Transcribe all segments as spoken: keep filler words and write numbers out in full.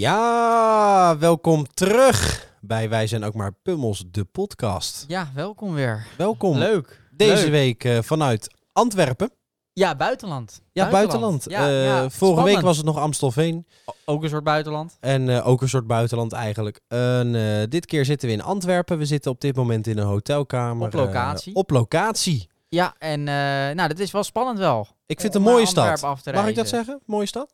Ja, welkom terug bij Wij Zijn Ook Maar Pummels, de podcast. Ja, welkom weer. Welkom. Leuk. Deze Leuk. week uh, vanuit Antwerpen. Ja, buitenland. Ja, buitenland. buitenland. Ja, uh, ja, vorige spannend. week was het nog Amstelveen. O- ook een soort buitenland. En uh, ook een soort buitenland eigenlijk. En, uh, dit keer zitten we in Antwerpen. We zitten op dit moment in een hotelkamer. Op locatie. Uh, op locatie. Ja, en uh, nou, dat is wel spannend wel. Ik vind het een mooie stad. Mag reizen. Ik dat zeggen? Mooie stad?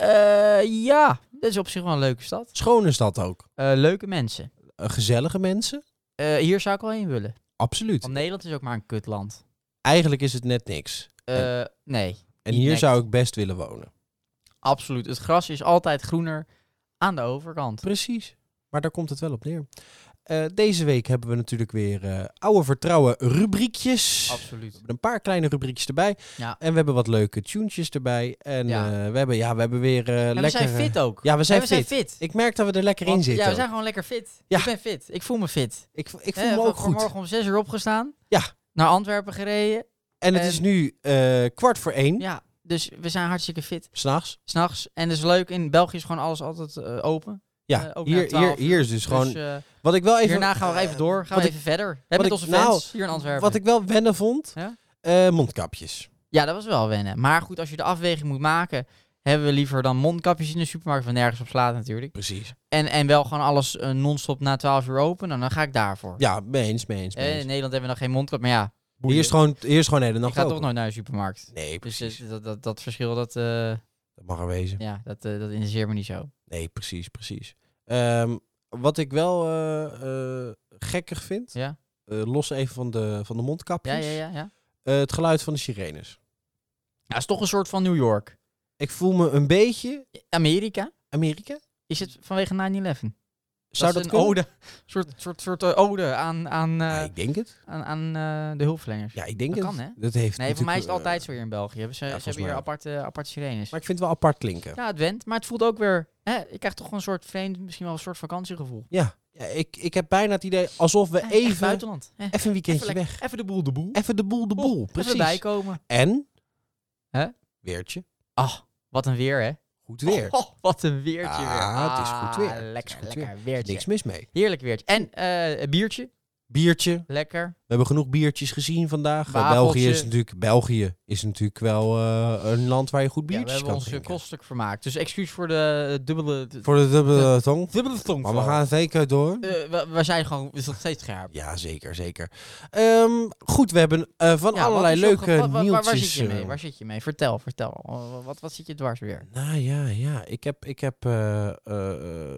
Uh, ja, dat is op zich wel een leuke stad. Schone stad ook. Uh, leuke mensen. Uh, gezellige mensen. Uh, hier zou ik wel heen willen. Absoluut. Want Nederland is ook maar een kutland. Eigenlijk is het net niks. Uh, en, nee. En hier nekt. Zou ik best willen wonen. Absoluut. Het gras is altijd groener aan de overkant. Precies. Maar daar komt het wel op neer. Uh, deze week hebben we natuurlijk weer uh, oude vertrouwen rubriekjes. Absoluut. We hebben een paar kleine rubriekjes erbij. Ja. En we hebben wat leuke tunes erbij. En ja. Uh, we, hebben, ja, we hebben weer uh, lekker... we zijn fit ook. Ja, we zijn, ja, we fit. zijn fit. Ik merk dat we er lekker Want, in zitten. Ja, we zijn gewoon lekker fit. Ja. Ik ben fit. Ik voel me fit. Ik, ik voel He, me ook goed. Vanmorgen om zes uur opgestaan. Ja. Naar Antwerpen gereden. En het en... is nu uh, kwart voor één. Ja, dus we zijn hartstikke fit. S'nachts. S'nachts. En dat is leuk. In België is gewoon alles altijd uh, open. Ja, uh, hier, hier, hier is dus, dus gewoon... Uh, wat ik wel even, hierna gaan we even door. Gaan we even ik, verder. We hebben onze fans nou, hier in Antwerpen. Wat ik wel wennen vond, ja? uh, mondkapjes. Ja, dat was wel wennen. Maar goed, als je de afweging moet maken, hebben we liever dan mondkapjes in de supermarkt, van nergens op slaat natuurlijk. Precies. En, en wel gewoon alles uh, non-stop na twaalf uur open. Nou, dan ga ik daarvoor. Ja, mee eens, mee eens. Mee eens. Uh, in Nederland hebben we nog geen mondkap, maar ja. Hier is gewoon, hier is gewoon hele nacht Ik ga open. toch nooit naar de supermarkt. Nee, precies. Dus dat, dat, dat verschil, dat... Uh, dat mag er wezen. Ja, dat, uh, dat interesseert me niet zo. Nee, precies, precies. Um, wat ik wel uh, uh, gekkig vind, ja? uh, los even van de, van de mondkapjes, ja, ja, ja, ja. Uh, het geluid van de sirenes. Ja, het is toch een soort van New York. Ik voel me een beetje... Amerika? Amerika? Is het vanwege nine eleven? Zou dat, dat een kunnen? ode, soort, soort, soort uh, ode aan, aan, uh, ja, ik denk het. aan, aan uh, de hulpverleners. Ja, ik denk dat het. Kan, hè? Dat heeft nee, voor mij is het uh, altijd zo hier in België. Ze, ja, ze hebben hier aparte, aparte sirenes. Maar ik vind het wel apart klinken. Ja, het went. Maar het voelt ook weer... Hè, ik krijg toch een soort vreemd, misschien wel een soort vakantiegevoel. Ja, ja ik, ik heb bijna het idee alsof we eh, even... buitenland. Eh, even een weekendje even weg. Even de boel de boel. Even de boel de boel, oh, precies. Even bijkomen. En? Hè? Weertje. Ach, wat een weer, hè? Goed weer. Oh, wat een weertje ja, weer. Ah, het is goed weer. Lekker, goed lekker weer. weertje. Niks mis mee. Heerlijk weertje. En uh, een biertje. Biertje. Lekker. We hebben genoeg biertjes gezien vandaag. Baveltje. België is natuurlijk, België is natuurlijk wel uh, een land waar je goed biertjes ja, we kan hebben drinken. ons kostelijk vermaakt. Dus excuus voor de dubbele... De, voor de dubbele tong. Dubbele tong. Maar we gaan zeker door. Uh, we, we zijn gewoon is nog steeds scherp. Ja, zeker, zeker. Um, goed, we hebben uh, van ja, allerlei leuke wat, wat, nieuwtjes. Waar zit je mee? Waar zit je mee? Vertel, vertel. Wat, wat zit je dwars weer? Nou ja, ja. Ik heb, ik heb uh, uh,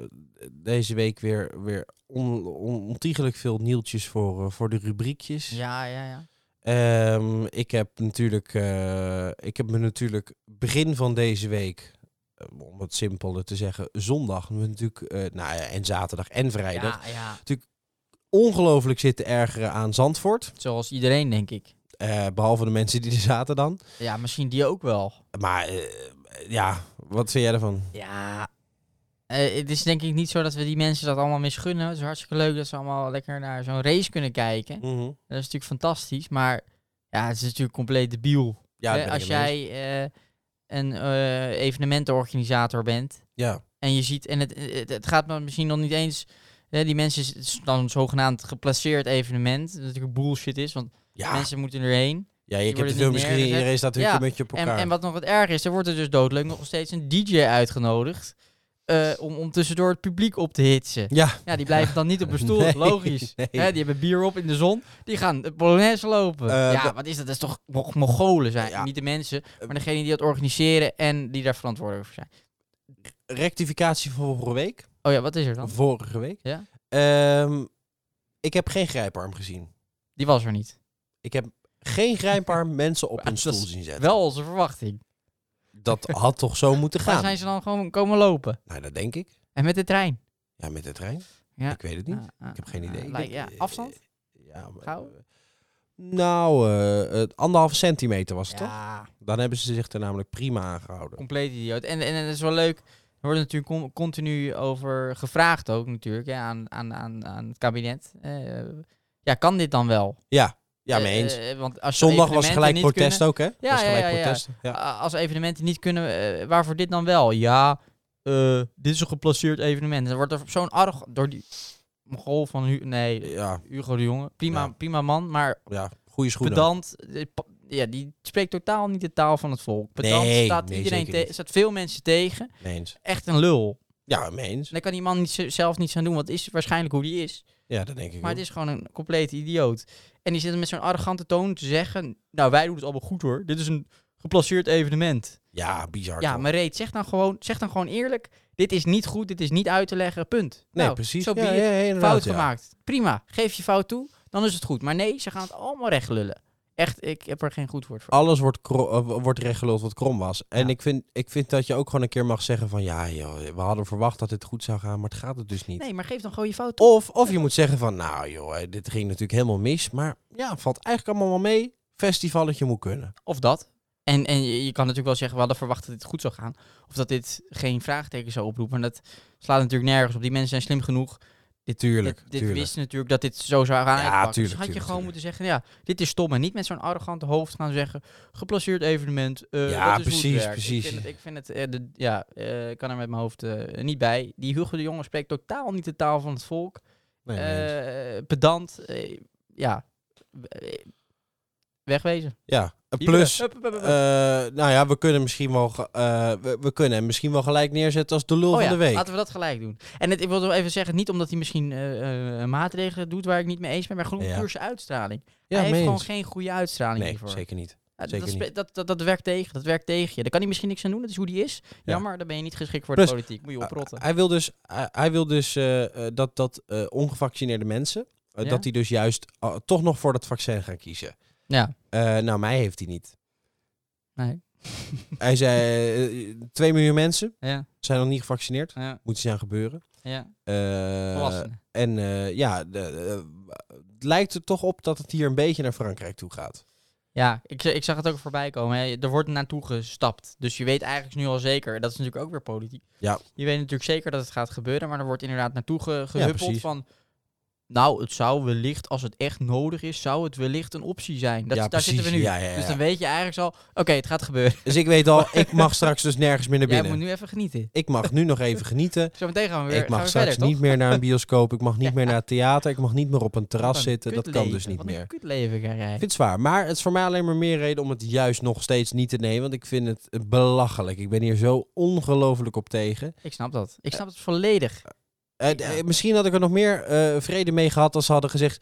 deze week weer, weer on, on, ontiegelijk veel nieuwtjes voor, uh, voor de rubriekjes. Ja, ja, ja. Um, ik heb natuurlijk, uh, ik heb me natuurlijk begin van deze week, uh, om het simpeler te zeggen, zondag, natuurlijk, uh, nou ja, en zaterdag en vrijdag, ja, ja. natuurlijk ongelooflijk zitten ergeren aan Zandvoort. Zoals iedereen, denk ik. Uh, behalve de mensen die er zaten dan. Ja, misschien die ook wel. Maar uh, ja, wat vind jij ervan? Ja, uh, het is denk ik niet zo dat we die mensen dat allemaal misgunnen. Het is hartstikke leuk dat ze allemaal lekker naar zo'n race kunnen kijken. Mm-hmm. Dat is natuurlijk fantastisch, maar ja, het is natuurlijk compleet debiel. Ja, Hè? Als jij uh, een uh, evenementenorganisator bent ja. en je ziet, en het, het, het gaat misschien nog niet eens, hè, die mensen, het is dan een zogenaamd geplaceerd evenement, dat natuurlijk bullshit is, want ja. mensen moeten erheen. Ja, je hebt de film misschien, iedereen staat natuurlijk ja. een beetje op elkaar. En, en wat nog wat erg is, er wordt er dus doodleuk nog steeds een D J uitgenodigd. Uh, om, om tussendoor het publiek op te hitsen. Ja. Ja, die blijven dan niet op hun stoel, nee, logisch. Nee. Hè, die hebben bier op in de zon, die gaan de Polonaise lopen. Uh, ja, wat is dat? Dat is toch mo- Mongolen zijn. Ja. Niet de mensen, maar degene die dat organiseren en die daar verantwoordelijk voor zijn. Rectificatie van vorige week. Oh ja, wat is er dan? Vorige week. Ja? Um, ik heb geen grijparm gezien. Die was er niet. Ik heb geen grijparm mensen op hun stoel zien zetten. Wel onze verwachting. Dat had toch zo moeten gaan. Waar zijn ze dan gewoon komen lopen? Nou, dat denk ik. En met de trein? Ja, met de trein. Ja. Ik weet het niet. Uh, uh, ik heb geen idee. Uh, like, ja, afstand? Ja, Gauw? Uh, nou, uh, uh, anderhalve centimeter was het ja. toch? Dan hebben ze zich er namelijk prima aangehouden. Compleet idioot. En, en, en het is wel leuk. Er wordt natuurlijk con- continu over gevraagd ook natuurlijk, hè, aan, aan, aan, aan het kabinet. Uh, ja, kan dit dan wel? Ja. Ja, mee eens. Uh, want als Zondag was gelijk protest kunnen, ook, hè? Ja, was ja, gelijk ja, ja, protest. ja. Als evenementen niet kunnen, uh, waarvoor dit dan wel? Ja, uh, dit is een geplaceerd evenement. Dan wordt er zo'n arrogant door die Mongool van Hu- nee, Ja. Hugo de Jonge. Prima, Ja. prima man, maar Ja, goede schoenen. pedant. eh, pa- Ja, die spreekt totaal niet de taal van het volk. Pedant Nee, staat nee, iedereen zeker niet. te- staat veel mensen tegen. Meens. Echt een lul. Ja, meens. En daar kan die man niet, z- zelf niets aan doen, want het is waarschijnlijk hoe die is. Ja, dat denk ik Maar ook. het is gewoon een complete idioot. En die zit met zo'n arrogante toon te zeggen... Nou, wij doen het allemaal goed hoor. Dit is een geplaceerd evenement. Ja, bizar Ja, toch? maar Reet, zeg dan, gewoon, zeg dan gewoon eerlijk... Dit is niet goed, dit is niet uit te leggen, punt. Nee, nou, precies. Zo Ja, ben je ja, ja, inderdaad, fout ja. gemaakt. Prima, geef je fout toe, dan is het goed. Maar nee, ze gaan het allemaal recht lullen. Echt, ik heb er geen goed woord voor. Alles wordt, kro- uh, wordt rechtgeluld wat krom was. En Ja. ik, vind, ik vind dat je ook gewoon een keer mag zeggen van... Ja, joh, we hadden verwacht dat dit goed zou gaan, maar het gaat het dus niet. Nee, maar geef dan gewoon je fout toe. Of, of je moet zeggen van... Nou joh, eh, dit ging natuurlijk helemaal mis. Maar ja, valt eigenlijk allemaal wel mee. Festivalletje moet kunnen. Of dat. En, en je, je kan natuurlijk wel zeggen, we hadden verwacht dat dit goed zou gaan. Of dat dit geen vraagteken zou oproepen. En dat slaat natuurlijk nergens op. Die mensen zijn slim genoeg. Dit, Tuurlijk, dit, dit tuurlijk. wisten natuurlijk dat dit zo zou gaan Ja, uitpakken. tuurlijk, dus had je tuurlijk, gewoon tuurlijk. moeten zeggen, ja, dit is stom. En niet met zo'n arrogante hoofd gaan zeggen, geplaceerd evenement. eh, Ja, dat is hoe het precies, werkt. precies. Ik vind het, ik vind het eh, de, ja, eh, ik kan er met mijn hoofd eh, niet bij. Die Hugo de Jonge spreekt totaal niet de taal van het volk. Nee, nee. Eh, pedant. eh, ja, eh, wegwezen. Ja, en Hier, plus... hup, hup, hup, hup. eh, nou ja, we kunnen misschien wel... ge- eh, we, we kunnen hem misschien wel gelijk neerzetten als de lul Oh ja, van de week. laten we dat gelijk doen. En het, ik wil nog even zeggen, niet omdat hij misschien eh, eh, maatregelen doet waar ik niet mee eens ben, maar gewoon Ja. puur zijn uitstraling. Ja, hij heeft mee gewoon eens. geen goede uitstraling Nee, hiervoor. zeker niet. Ja, zeker dat, niet. spe- dat, dat, dat werkt tegen, dat werkt tegen je. Daar kan hij misschien niks aan doen, dat is hoe die is. Ja. Jammer, dan ben je niet geschikt voor Plus, de politiek. Moet je oprotten. Uh, hij wil dus, uh, hij wil dus uh, uh, dat, dat uh, ongevaccineerde mensen, uh, Ja? dat die dus juist uh, toch nog voor dat vaccin gaan kiezen. Ja. Uh, nou, mij heeft hij niet. Nee. Hij zei, uh, twee miljoen mensen Ja. zijn nog niet gevaccineerd. Ja. Moet iets aan gebeuren. Ja. Uh, Volwassenen. En uh, ja, de, uh, het lijkt er toch op dat het hier een beetje naar Frankrijk toe gaat. Ja, ik, ik zag het ook voorbij komen. Hè. Er wordt naartoe gestapt. Dus je weet eigenlijk nu al zeker, dat is natuurlijk ook weer politiek. Ja. Je weet natuurlijk zeker dat het gaat gebeuren, maar er wordt inderdaad naartoe ge, gehuppeld ja, van... Nou, het zou wellicht, als het echt nodig is, zou het wellicht een optie zijn. Dat, ja, daar precies. zitten we nu. Ja, ja, ja. Dus dan weet je eigenlijk al, oké, okay, het gaat gebeuren. Dus ik weet al, ik mag straks dus nergens meer naar Jij binnen. moet nu even genieten. Ik mag nu nog even genieten. Zometeen gaan we weer, Ik mag gaan we straks verder, niet toch? meer naar een bioscoop. Ik mag niet meer naar het theater. Ik mag niet meer op een terras Wat een zitten. Dat kutleven. kan dus niet Wat meer. een kutleven ga jij. Ik vind het zwaar. Maar het is voor mij alleen maar meer reden om het juist nog steeds niet te nemen. Want ik vind het belachelijk. Ik ben hier zo ongelooflijk op tegen. Ik snap dat. Ik snap het volledig. Uh, Ja. d- misschien had ik er nog meer uh, vrede mee gehad als ze hadden gezegd...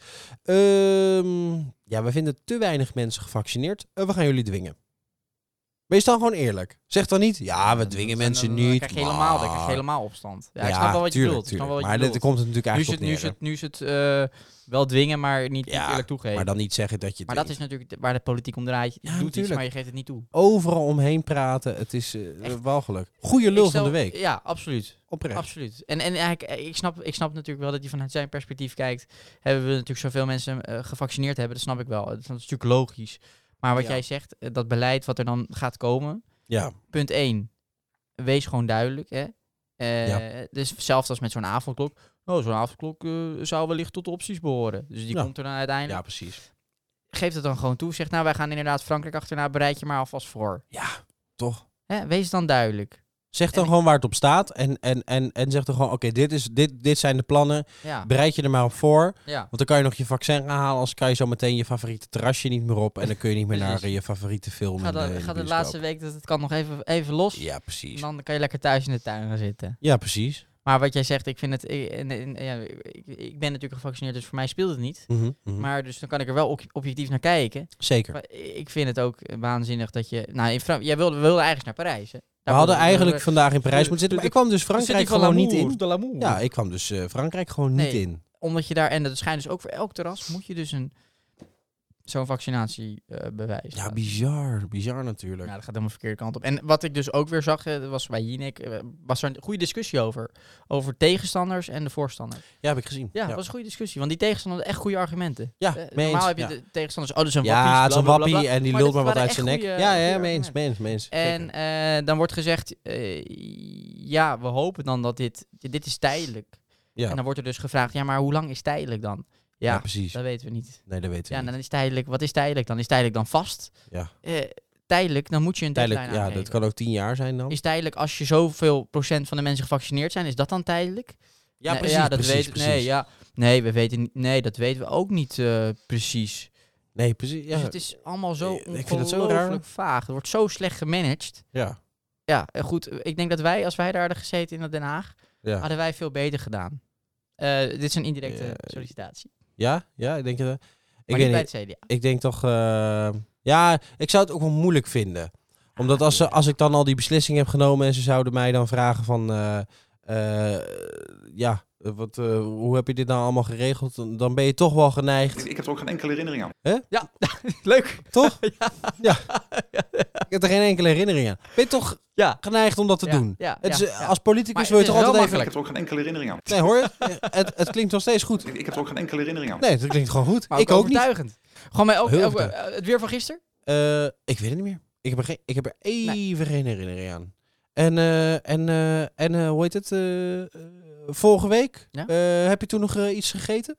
Um, ja, we vinden te weinig mensen gevaccineerd. Uh, we gaan jullie dwingen. Wees dan gewoon eerlijk. Zeg dan niet, ja, we dwingen Dan- mensen dan, niet. Dan krijg je helemaal, dan maar- krijg je helemaal opstand. Ja, Ja, ik snap wel wat je tuurlijk, bedoelt. Ik snap wel tuurlijk. wat Maar je dit bedoelt. komt het natuurlijk Nu is eigenlijk het, op nu neer. is het, nu is het uh, wel dwingen, maar niet Ja, eerlijk toegeven. Maar dan niet zeggen dat je het Maar dat dwingt. is natuurlijk waar de politiek om draait. Je Ja, doet iets, natuurlijk. maar je geeft het niet toe. Overal omheen praten. Het is uh, Echt. walgelijk. Goeie lul Ik stel- van de week. Ja, absoluut. Oprecht. Absoluut. En, en eigenlijk, eh, ik snap, ik snap natuurlijk wel dat hij vanuit zijn perspectief kijkt. Hebben we natuurlijk zoveel mensen uh, gevaccineerd hebben, dat snap ik wel. Dat is natuurlijk logisch. Maar wat Ja. jij zegt, uh, dat beleid wat er dan gaat komen. Ja. Punt één. Wees gewoon duidelijk. Hè? Uh, Ja. Dus hetzelfde als met zo'n avondklok. Oh, zo'n avondklok uh, zou wellicht tot de opties behoren. Dus die Ja. komt er dan uiteindelijk. Ja, precies. Geef het dan gewoon toe. Zeg, nou, wij gaan inderdaad Frankrijk achterna. Bereid je maar alvast voor. Ja, toch. Hè? Wees dan duidelijk. Zeg dan En ik- gewoon waar het op staat. En, en, en, en zeg dan gewoon, oké, dit is dit, dit zijn de plannen. Ja. Bereid je er maar op voor. ja. Want dan kan je nog je vaccin gaan halen. Anders kan je zo meteen je favoriete terrasje niet meer op. En dan kun je niet meer naar Precies. uh, je favoriete film Ga in de, de, in de ga de bioscoop. laatste week dat het kan nog even, even los. Ja, En precies. dan kan je lekker thuis in de tuin gaan zitten. Ja, precies. Maar wat jij zegt, ik vind het... Ik, en, en, ja, ik, ik ben natuurlijk gevaccineerd, dus voor mij speelt het niet. Mhm, mhm. Maar dus dan kan ik er wel ob- objectief naar kijken. Zeker. Maar ik vind het ook waanzinnig dat je... Nou, in Fran- jij wilde, wilde eigenlijk naar Parijs, hè? We hadden eigenlijk vandaag in Parijs moeten zitten. Maar ik kwam dus Frankrijk gewoon niet in. in. Ja, ik kwam dus uh, Frankrijk gewoon Nee. niet in. Omdat je daar... En dat schijnt dus ook voor elk terras moet je dus een... Zo'n vaccinatiebewijs. Ja, bizar. Bizar natuurlijk. Ja, dat gaat helemaal de verkeerde kant op. En wat ik dus ook weer zag, eh, dat was bij Jinek, eh, was er een goede discussie over. Over tegenstanders en de voorstanders. Ja, heb ik gezien. Ja, dat was een goede discussie. Want die tegenstanders hadden echt goede argumenten. Ja, Eh, mee normaal eens, heb je ja. de tegenstanders, oh, dat is een Ja, wappies, het is een bla, bla, bla, wappie bla. en die Maar lult dit maar wat waren uit zijn echt nek. goeie- Ja, goeie ja, meens, argumenten. meens, meens. En uh, dan wordt gezegd, uh, ja, we hopen dan dat dit, dit is tijdelijk. Ja. En dan wordt er dus gevraagd, ja, maar hoe lang is tijdelijk dan? Ja, Ja, precies. dat weten we niet. Nee, dat weten we Ja, niet. dan is tijdelijk, wat is tijdelijk dan? Is tijdelijk dan vast? Ja. Uh, tijdelijk, dan moet je een Tijdelijk, deadline ja, aangeven. dat kan ook tien jaar zijn dan. Is tijdelijk als je zoveel procent van de mensen gevaccineerd zijn, is dat dan tijdelijk? Ja, Nee, precies, ja, dat precies, weten, precies. Nee, ja, nee, we weten niet, nee, dat weten we ook niet uh, precies. Nee, precies. Ja. Dus het is allemaal zo Ik vind het zo raar. ongelooflijk vaag. Het wordt zo slecht gemanaged. Ja. Ja, eh, goed. Ik denk dat wij, als wij daar hadden gezeten in Den Haag, Ja. hadden wij veel beter gedaan. Uh, dit is een indirecte Ja, sollicitatie. Ja, ja, ik denk het. Maar Ik niet weet bij niet. het C D A. Ik denk toch. Uh, ja, ik zou het ook wel moeilijk vinden. Omdat als, ze, als ik dan al die beslissingen heb genomen en ze zouden mij dan vragen van. Uh, uh, ja. Wat, uh, hoe heb je dit nou allemaal geregeld? Dan ben je toch wel geneigd. Ik, ik heb er ook geen enkele herinnering aan. Hè? Ja, leuk. Toch? ja. Ja. Ik heb er geen enkele herinnering aan. Ben je toch ja. geneigd om dat te ja. doen? Ja. Het is, ja. Als politicus maar wil je toch altijd even... Ik heb er ook geen enkele herinnering aan. Nee, hoor je? het, het klinkt nog steeds goed. Ik, ik heb er ook geen enkele herinnering aan. Nee, het klinkt gewoon goed. Maar ik ook niet. overtuigend. Gewoon mij ook, Heel ook uh, het weer van gisteren? Uh, ik weet het niet meer. Ik heb er, geen, ik heb er even nee. geen herinnering aan. En, uh, en, uh, en uh, hoe heet het? Uh, uh, vorige week? Ja? Uh, heb je toen nog uh, iets gegeten?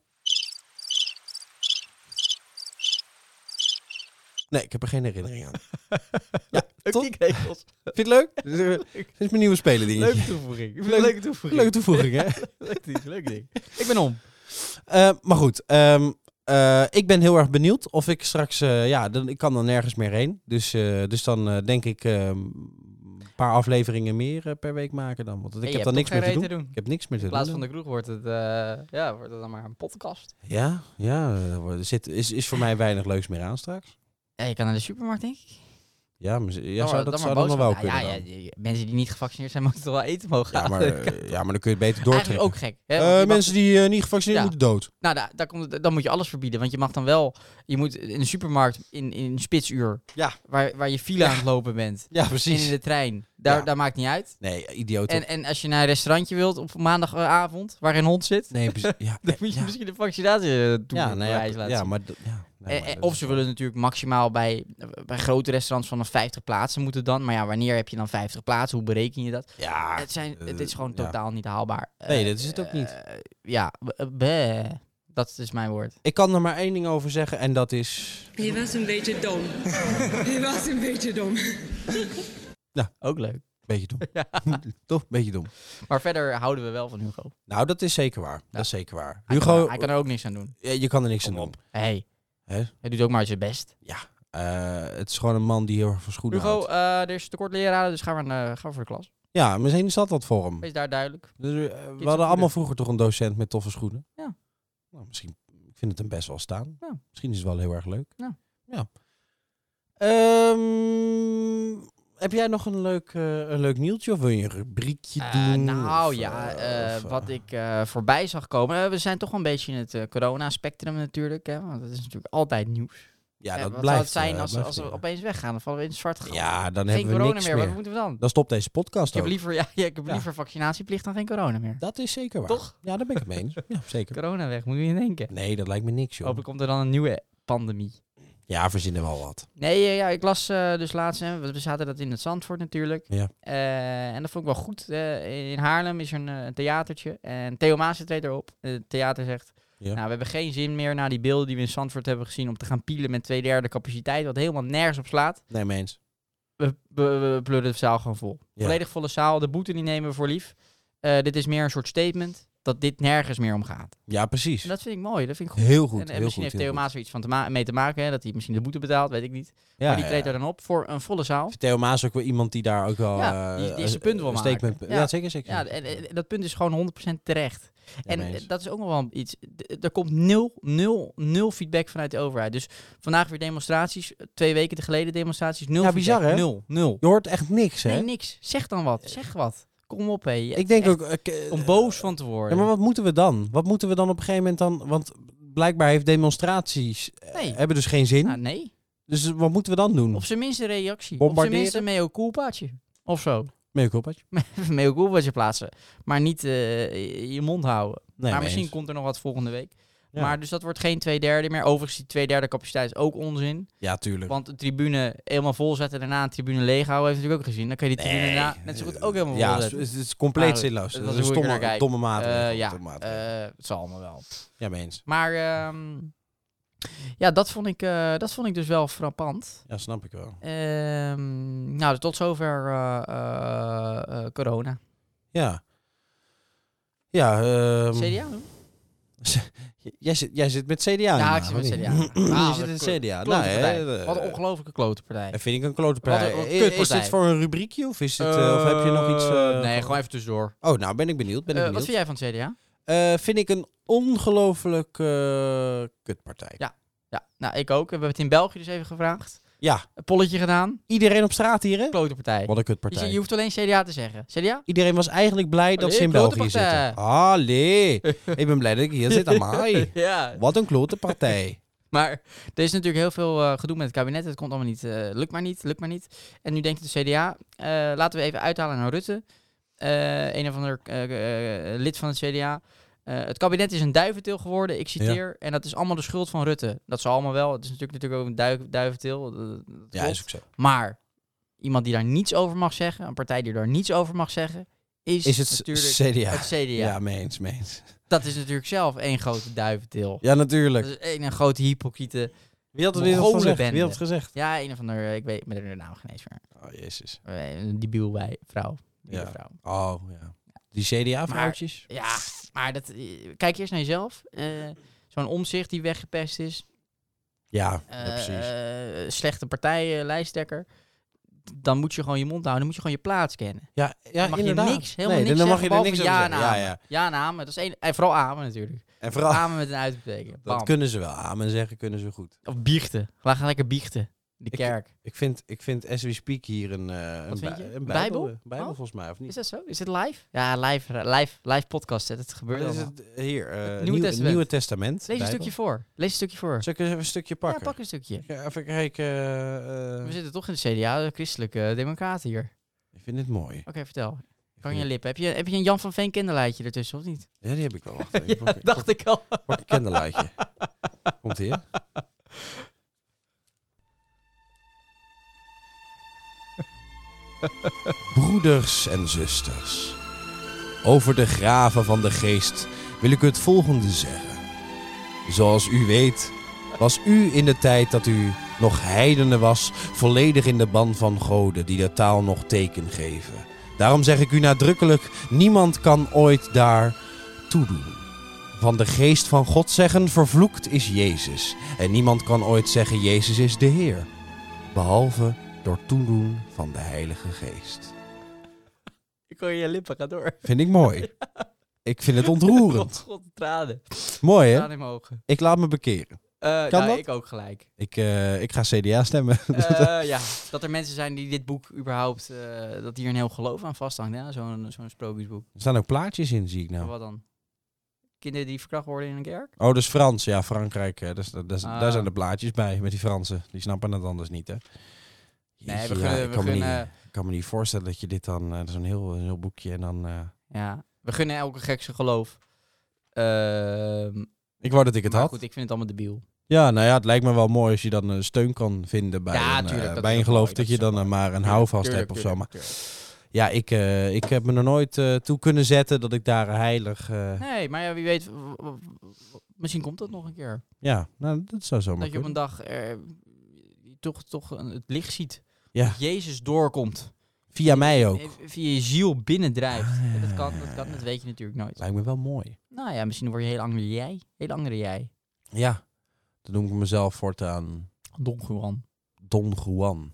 Nee, ik heb er geen herinnering aan. Ja, toch? Vind je het leuk? Dit is mijn nieuwe spelen dingetje. Leuke toevoeging. Leuke, leuke toevoeging. Leuke toevoeging, hè? leuk ding, leuk ding. Ik ben om. Uh, maar goed, um, uh, ik ben heel erg benieuwd of ik straks... Uh, ja, dan, ik kan dan nergens meer heen. Dus, uh, dus dan uh, denk ik... Uh, een paar afleveringen meer uh, per week maken dan. Want ik hey, heb dan niks meer te doen. te doen. Ik heb niks meer te In plaats doen. van de kroeg wordt het, uh, ja, wordt het dan maar een podcast. Ja, ja. Er zit, is, is voor mij weinig leuks meer aan straks. Ja, je kan naar de supermarkt, denk ik. Ja, maar, ja dan zou dan dat zou dan nog wel kunnen. Ja, ja, ja, mensen die niet gevaccineerd zijn, moeten toch wel eten mogen ja, maar, uh, ja, maar dan kun je het beter doortrekken. Eigenlijk ook gek. Hè? Uh, mensen die uh, niet gevaccineerd ja. moeten dood. Nou, daar, daar komt het, dan moet je alles verbieden. Want je mag dan wel... Je moet in de supermarkt in, in een spitsuur... Ja. Waar, waar je file ja. aan het lopen bent. Ja, precies. En in de trein. Daar, ja. daar maakt niet uit. Nee, idioot. En, en als je naar een restaurantje wilt op maandagavond... Waar geen hond zit... Nee, precies. Ja. dan moet je ja. misschien de vaccinatie toe ja, nou ja, laten ja, zien. maar... Ja. Nee, eh, of ze willen natuurlijk maximaal bij, bij grote restaurants vanaf vijftig plaatsen moeten dan. Maar ja, wanneer heb je dan vijftig plaatsen? Hoe bereken je dat? Ja, het, zijn, uh, het is gewoon ja. totaal niet haalbaar. Nee, uh, dat is het ook niet. Uh, ja, bleh. Dat is mijn woord. Ik kan er maar één ding over zeggen en dat is... Je was een beetje dom. Je was een beetje dom. Ja, ook leuk. Beetje dom. Ja. Toch? Beetje dom. Maar verder houden we wel van Hugo. Nou, dat is zeker waar. Ja. Dat is zeker waar. Hij, Hugo, kan er, hij kan er ook niks aan doen. Ja, je kan er niks Kom aan op. doen. Hey. Hè? Hij doet ook maar zijn best. Ja. Uh, het is gewoon een man die heel erg van schoenen Hugo, houdt. Uh, er is tekort leraren, dus gaan we, uh, gaan we voor de klas. Ja, misschien is dat wat voor hem. Wees daar duidelijk. Dus, uh, we hadden allemaal vroeger toch een docent met toffe schoenen. Ja. Nou, misschien, ik vind het hem best wel staan. Ja. Misschien is het wel heel erg leuk. Ja. Ja. Um, heb jij nog een leuk, uh, een leuk nieuwtje of wil je een rubriekje uh, doen? Nou of, ja, uh, uh, of, wat ik uh, voorbij zag komen. Uh, we zijn toch wel een beetje in het uh, corona-spectrum natuurlijk. Hè, want dat is natuurlijk altijd nieuws. Ja, uh, dat wat blijft. zou het zijn uh, als, blijft, als we ja. opeens weggaan? Dan vallen we in het zwart gat. Ja, dan geen hebben we corona niks meer. meer. Wat moeten we dan? Dan stopt deze podcast ik heb ook. liever, ja, ja, ik heb ja. liever vaccinatieplicht dan geen corona meer. Dat is zeker waar. Toch? Ja, daar ben ik het mee eens. Ja, zeker. Corona weg, moet je niet denken. Nee, dat lijkt me niks, joh. Hopelijk komt er dan een nieuwe pandemie. Ja, verzinnen wel wat. Nee, uh, ja, ik las uh, dus laatst, hè, we zaten dat in het Zandvoort natuurlijk. Ja. Uh, en dat vond ik wel goed. Uh, in Haarlem is er een, een theatertje. En Theo Maassen treedt erop. Het theater zegt, ja. nou, we hebben geen zin meer na die beelden die we in Zandvoort hebben gezien om te gaan pielen met twee derde capaciteit, wat helemaal nergens op slaat. Nee, mens. We, we, we pleuren de zaal gewoon vol. Ja. Volledig volle zaal. De boete die nemen we voor lief. Uh, dit is meer een soort statement dat dit nergens meer om gaat. Ja, precies. En dat vind ik mooi. Dat vind ik goed. Heel goed. En, en heel misschien goed, heeft Theo Maas er iets van te ma- mee te maken. Hè, dat hij misschien de boete betaalt, weet ik niet. Ja, maar die treedt ja, er dan op voor een volle zaal. Theo Maas ook wel iemand die daar ook wel... Ja, die, die is een punt wil maken. Statement, ja. ja, zeker, zeker. Ja, en, en dat punt is gewoon honderd procent terecht. Ja, en meens. dat is ook nog wel iets... D- er komt nul, nul, nul feedback vanuit de overheid. Dus vandaag weer demonstraties. Twee weken geleden demonstraties. Nul ja, feedback. bizar, hè? Nul, nul. Je hoort echt niks, hè? Nee, niks. Zeg dan wat. Zeg wat. Kom op, hé. Ik denk ook... Uh, om boos van te worden. Ja, maar wat moeten we dan? Wat moeten we dan op een gegeven moment dan... Want blijkbaar heeft demonstraties... Nee. Uh, hebben dus geen zin. Nou, nee. Dus wat moeten we dan doen? Op zijn minste reactie. Bombarderen? Op zijn minste een meo culpaatje. Of zo. Meo culpaatje. meo culpaatje plaatsen. Maar niet uh, je mond houden. Nee, maar misschien eens. komt er nog wat volgende week. Ja. Maar dus dat wordt geen twee derde meer. Overigens, die twee derde capaciteit is ook onzin. Ja, tuurlijk. Want de tribune helemaal vol zetten en daarna een tribune leeg houden, heeft natuurlijk ook gezien. Dan kan je die tribune nee. daarna net zo goed ook helemaal vol ja, zetten. Ja, het is compleet nou, zinloos. Dat, dat is een stomme, domme maatregel. Uh, ja, uh, het zal allemaal wel. Ja, meens. Maar um, Ja, dat vond ik, uh, dat vond ik dus wel frappant. Ja, snap ik wel. Um, nou, tot zover uh, uh, uh, corona. Ja. Ja. Um... C D A? Jij zit, jij zit met C D A. Ja, ik zit met C D A. Ah, je zit in C D A. Nou, hè, wat een ongelofelijke klote partij. Dat vind ik een klote partij. Wat een, een is dit voor een rubriekje of, is het, uh, of heb je nog iets... Uh, nee, gewoon even tussendoor. Oh, nou ben ik benieuwd. Ben ik uh, benieuwd. Wat vind jij van het C D A? Uh, vind ik een ongelooflijk uh, kutpartij. Ja. ja, nou ik ook. We hebben het in België dus even gevraagd. Ja. Een polletje gedaan. Iedereen op straat hier, hè? Klote partij. Wat een kutpartij. Je, je hoeft alleen C D A te zeggen. C D A? Iedereen was eigenlijk blij dat Allee, ze in België zitten. Allee. Ik ben blij dat ik hier zit aan mij. Ja. Wat een klote partij. Maar er is natuurlijk heel veel uh, gedoe met het kabinet. Het komt allemaal niet. Uh, lukt maar niet, lukt maar niet. En nu denkt de C D A, uh, laten we even uithalen naar Rutte. Uh, een of ander uh, uh, lid van het C D A. Uh, het kabinet is een duiventil geworden, ik citeer. Ja. En dat is allemaal de schuld van Rutte. Dat zal allemaal wel. Het is natuurlijk, natuurlijk ook een duif, duiventil. Dat ja, is ook zo. Maar iemand die daar niets over mag zeggen, een partij die daar niets over mag zeggen, is, is het natuurlijk C D A. het C D A. Ja, meens, meens. Dat is natuurlijk zelf één grote duiventil. Ja, natuurlijk. Dat is één een grote hypocriete. Wie had het weer gezegd? Wie had het gezegd? Ja, een of ander, ik weet met de naam geen eens meer. Oh, jezus. Een debiel bij vrouw. Ja. vrouw. Oh, ja. Die C D A-vrouwtjes? Ja, maar dat, kijk eerst naar jezelf. Uh, Zo'n Omtzigt die weggepest is. Ja, uh, ja precies. Uh, slechte partij, uh, lijsttrekker. Dan moet je gewoon je mond houden. Dan moet je gewoon je plaats kennen. Ja, ja dan mag inderdaad. je niks, helemaal nee, niks dan mag zeggen, je er niks over ja, zeggen. namen. Ja, ja. Ja, namen. Dat is één, en vooral amen natuurlijk. En vooral amen met een uitbeteken. Dat kunnen ze wel. Amen zeggen kunnen ze goed. Of biechten. We gaan lekker biechten. De kerk. Ik, ik, vind, ik vind As We Speak hier een, uh, een, bij, een bijbel. Bijbel, bijbel oh? volgens mij, of niet? Is dat zo? Is het live? Ja, live, live, live podcast. Het gebeurt is allemaal. het hier, uh, het Nieuw, Nieuwe Testament. Nieuwe Testament. Lees een Bijbel. stukje voor. Lees een stukje voor. Zal ik even een stukje pakken? Ja, pak een stukje. Ja, even kijken. Uh, We zitten toch in de C D A, de christelijke democraten hier. Ik vind het mooi. Oké, okay, vertel. Kan je lippen. Heb je, heb je een Jan van Veen kinderlijtje ertussen, of niet? Ja, die heb ik wel. Wacht, ja, ik pak, dacht ik al. Pak een kinderlijtje. Komt hier. Broeders en zusters, over de graven van de geest wil ik u het volgende zeggen. Zoals u weet, was u in de tijd dat u nog heidene was, volledig in de ban van goden die de taal nog teken geven. Daarom zeg ik u nadrukkelijk, niemand kan ooit daar toedoen. Van de geest van God zeggen, vervloekt is Jezus. En niemand kan ooit zeggen, Jezus is de Heer. Behalve door toedoen van de Heilige Geest. Ik hoor je lippen, ga door. Vind ik mooi. Ik vind het ontroerend. God, God, tranen. Mooi, hè? Tranen in mijn ogen. Ik laat me bekeren. Uh, kan nou, dat? Ik ook gelijk. Ik, uh, ik ga C D A stemmen. Uh, ja, dat er mensen zijn die dit boek überhaupt, uh, dat hier een heel geloof aan vasthangt. Ja? Zo'n zo'n sprookjesboek. Er staan ook plaatjes in, zie ik nou. Maar wat dan? Kinderen die verkracht worden in een kerk? Oh, dat is Frans. Ja, Frankrijk. Uh, dus, dus, ah. Daar zijn de plaatjes bij, met die Fransen. Die snappen het anders niet, hè? Nee, we Jeetje, gunnen, ja, ik, we kan gunnen, me niet, ik kan me niet voorstellen dat je dit dan... Uh, dat is een heel, een heel boekje en dan... Uh... Ja, we gunnen elke gek zijn geloof. Uh, ik wou dat ik het maar had. goed, ik vind het allemaal debiel. Ja, nou ja, het lijkt me wel mooi als je dan een steun kan vinden bij ja, een, tuurlijk, uh, bij een geloof. mooi, dat, dat je dan uh, maar een houvast hebt of zo. Maar tuurlijk. Ja, ik, uh, ik heb me er nooit uh, toe kunnen zetten dat ik daar heilig... Uh... Nee, maar ja, wie weet, w- w- w- misschien komt dat nog een keer. Ja, nou, dat zou zo maar Dat je op kunnen. een dag er, toch, toch een, het licht ziet. Ja. Dat Jezus doorkomt. Via mij ook. Via je ziel binnendrijft. Ah, ja, dat, kan, dat kan, dat weet je natuurlijk nooit. Lijkt me wel mooi. Nou ja, misschien word je heel andere jij. Heel andere jij. Ja, dan noem ik mezelf voortaan Don Juan. Don Juan.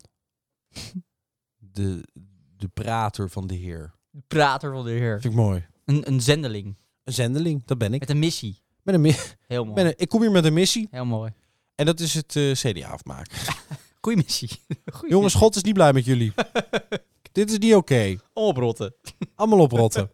de, de prater van de Heer. De prater van de Heer. Vind ik mooi. Een, een zendeling. Een zendeling, dat ben ik. Met een missie. Met een mi- Heel mooi. met een, ik kom hier met een missie. Heel mooi. En dat is het uh, C D A afmaken. Goeie missie. Goeie Jongens, God is niet blij met jullie. Dit is niet oké. Okay. Oprotten. Allemaal oprotten.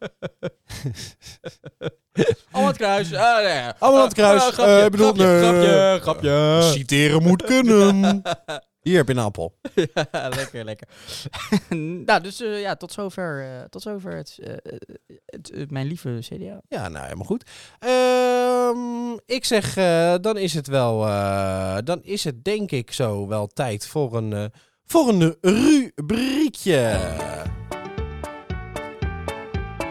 Allemaal het kruis. Uh, nee. Allemaal het kruis. Uh, grapje, uh, ik bedoel, grapje, nee. grapje, grapje. Citeren moet kunnen. Hier heb je een appel. Ja, lekker, lekker. Nou, dus uh, ja, tot zover, uh, tot zover het, uh, het, uh, mijn lieve C D A. Ja, nou, helemaal goed. Uh, ik zeg, uh, dan is het wel, uh, dan is het denk ik zo wel tijd voor een, uh, voor een rubriekje.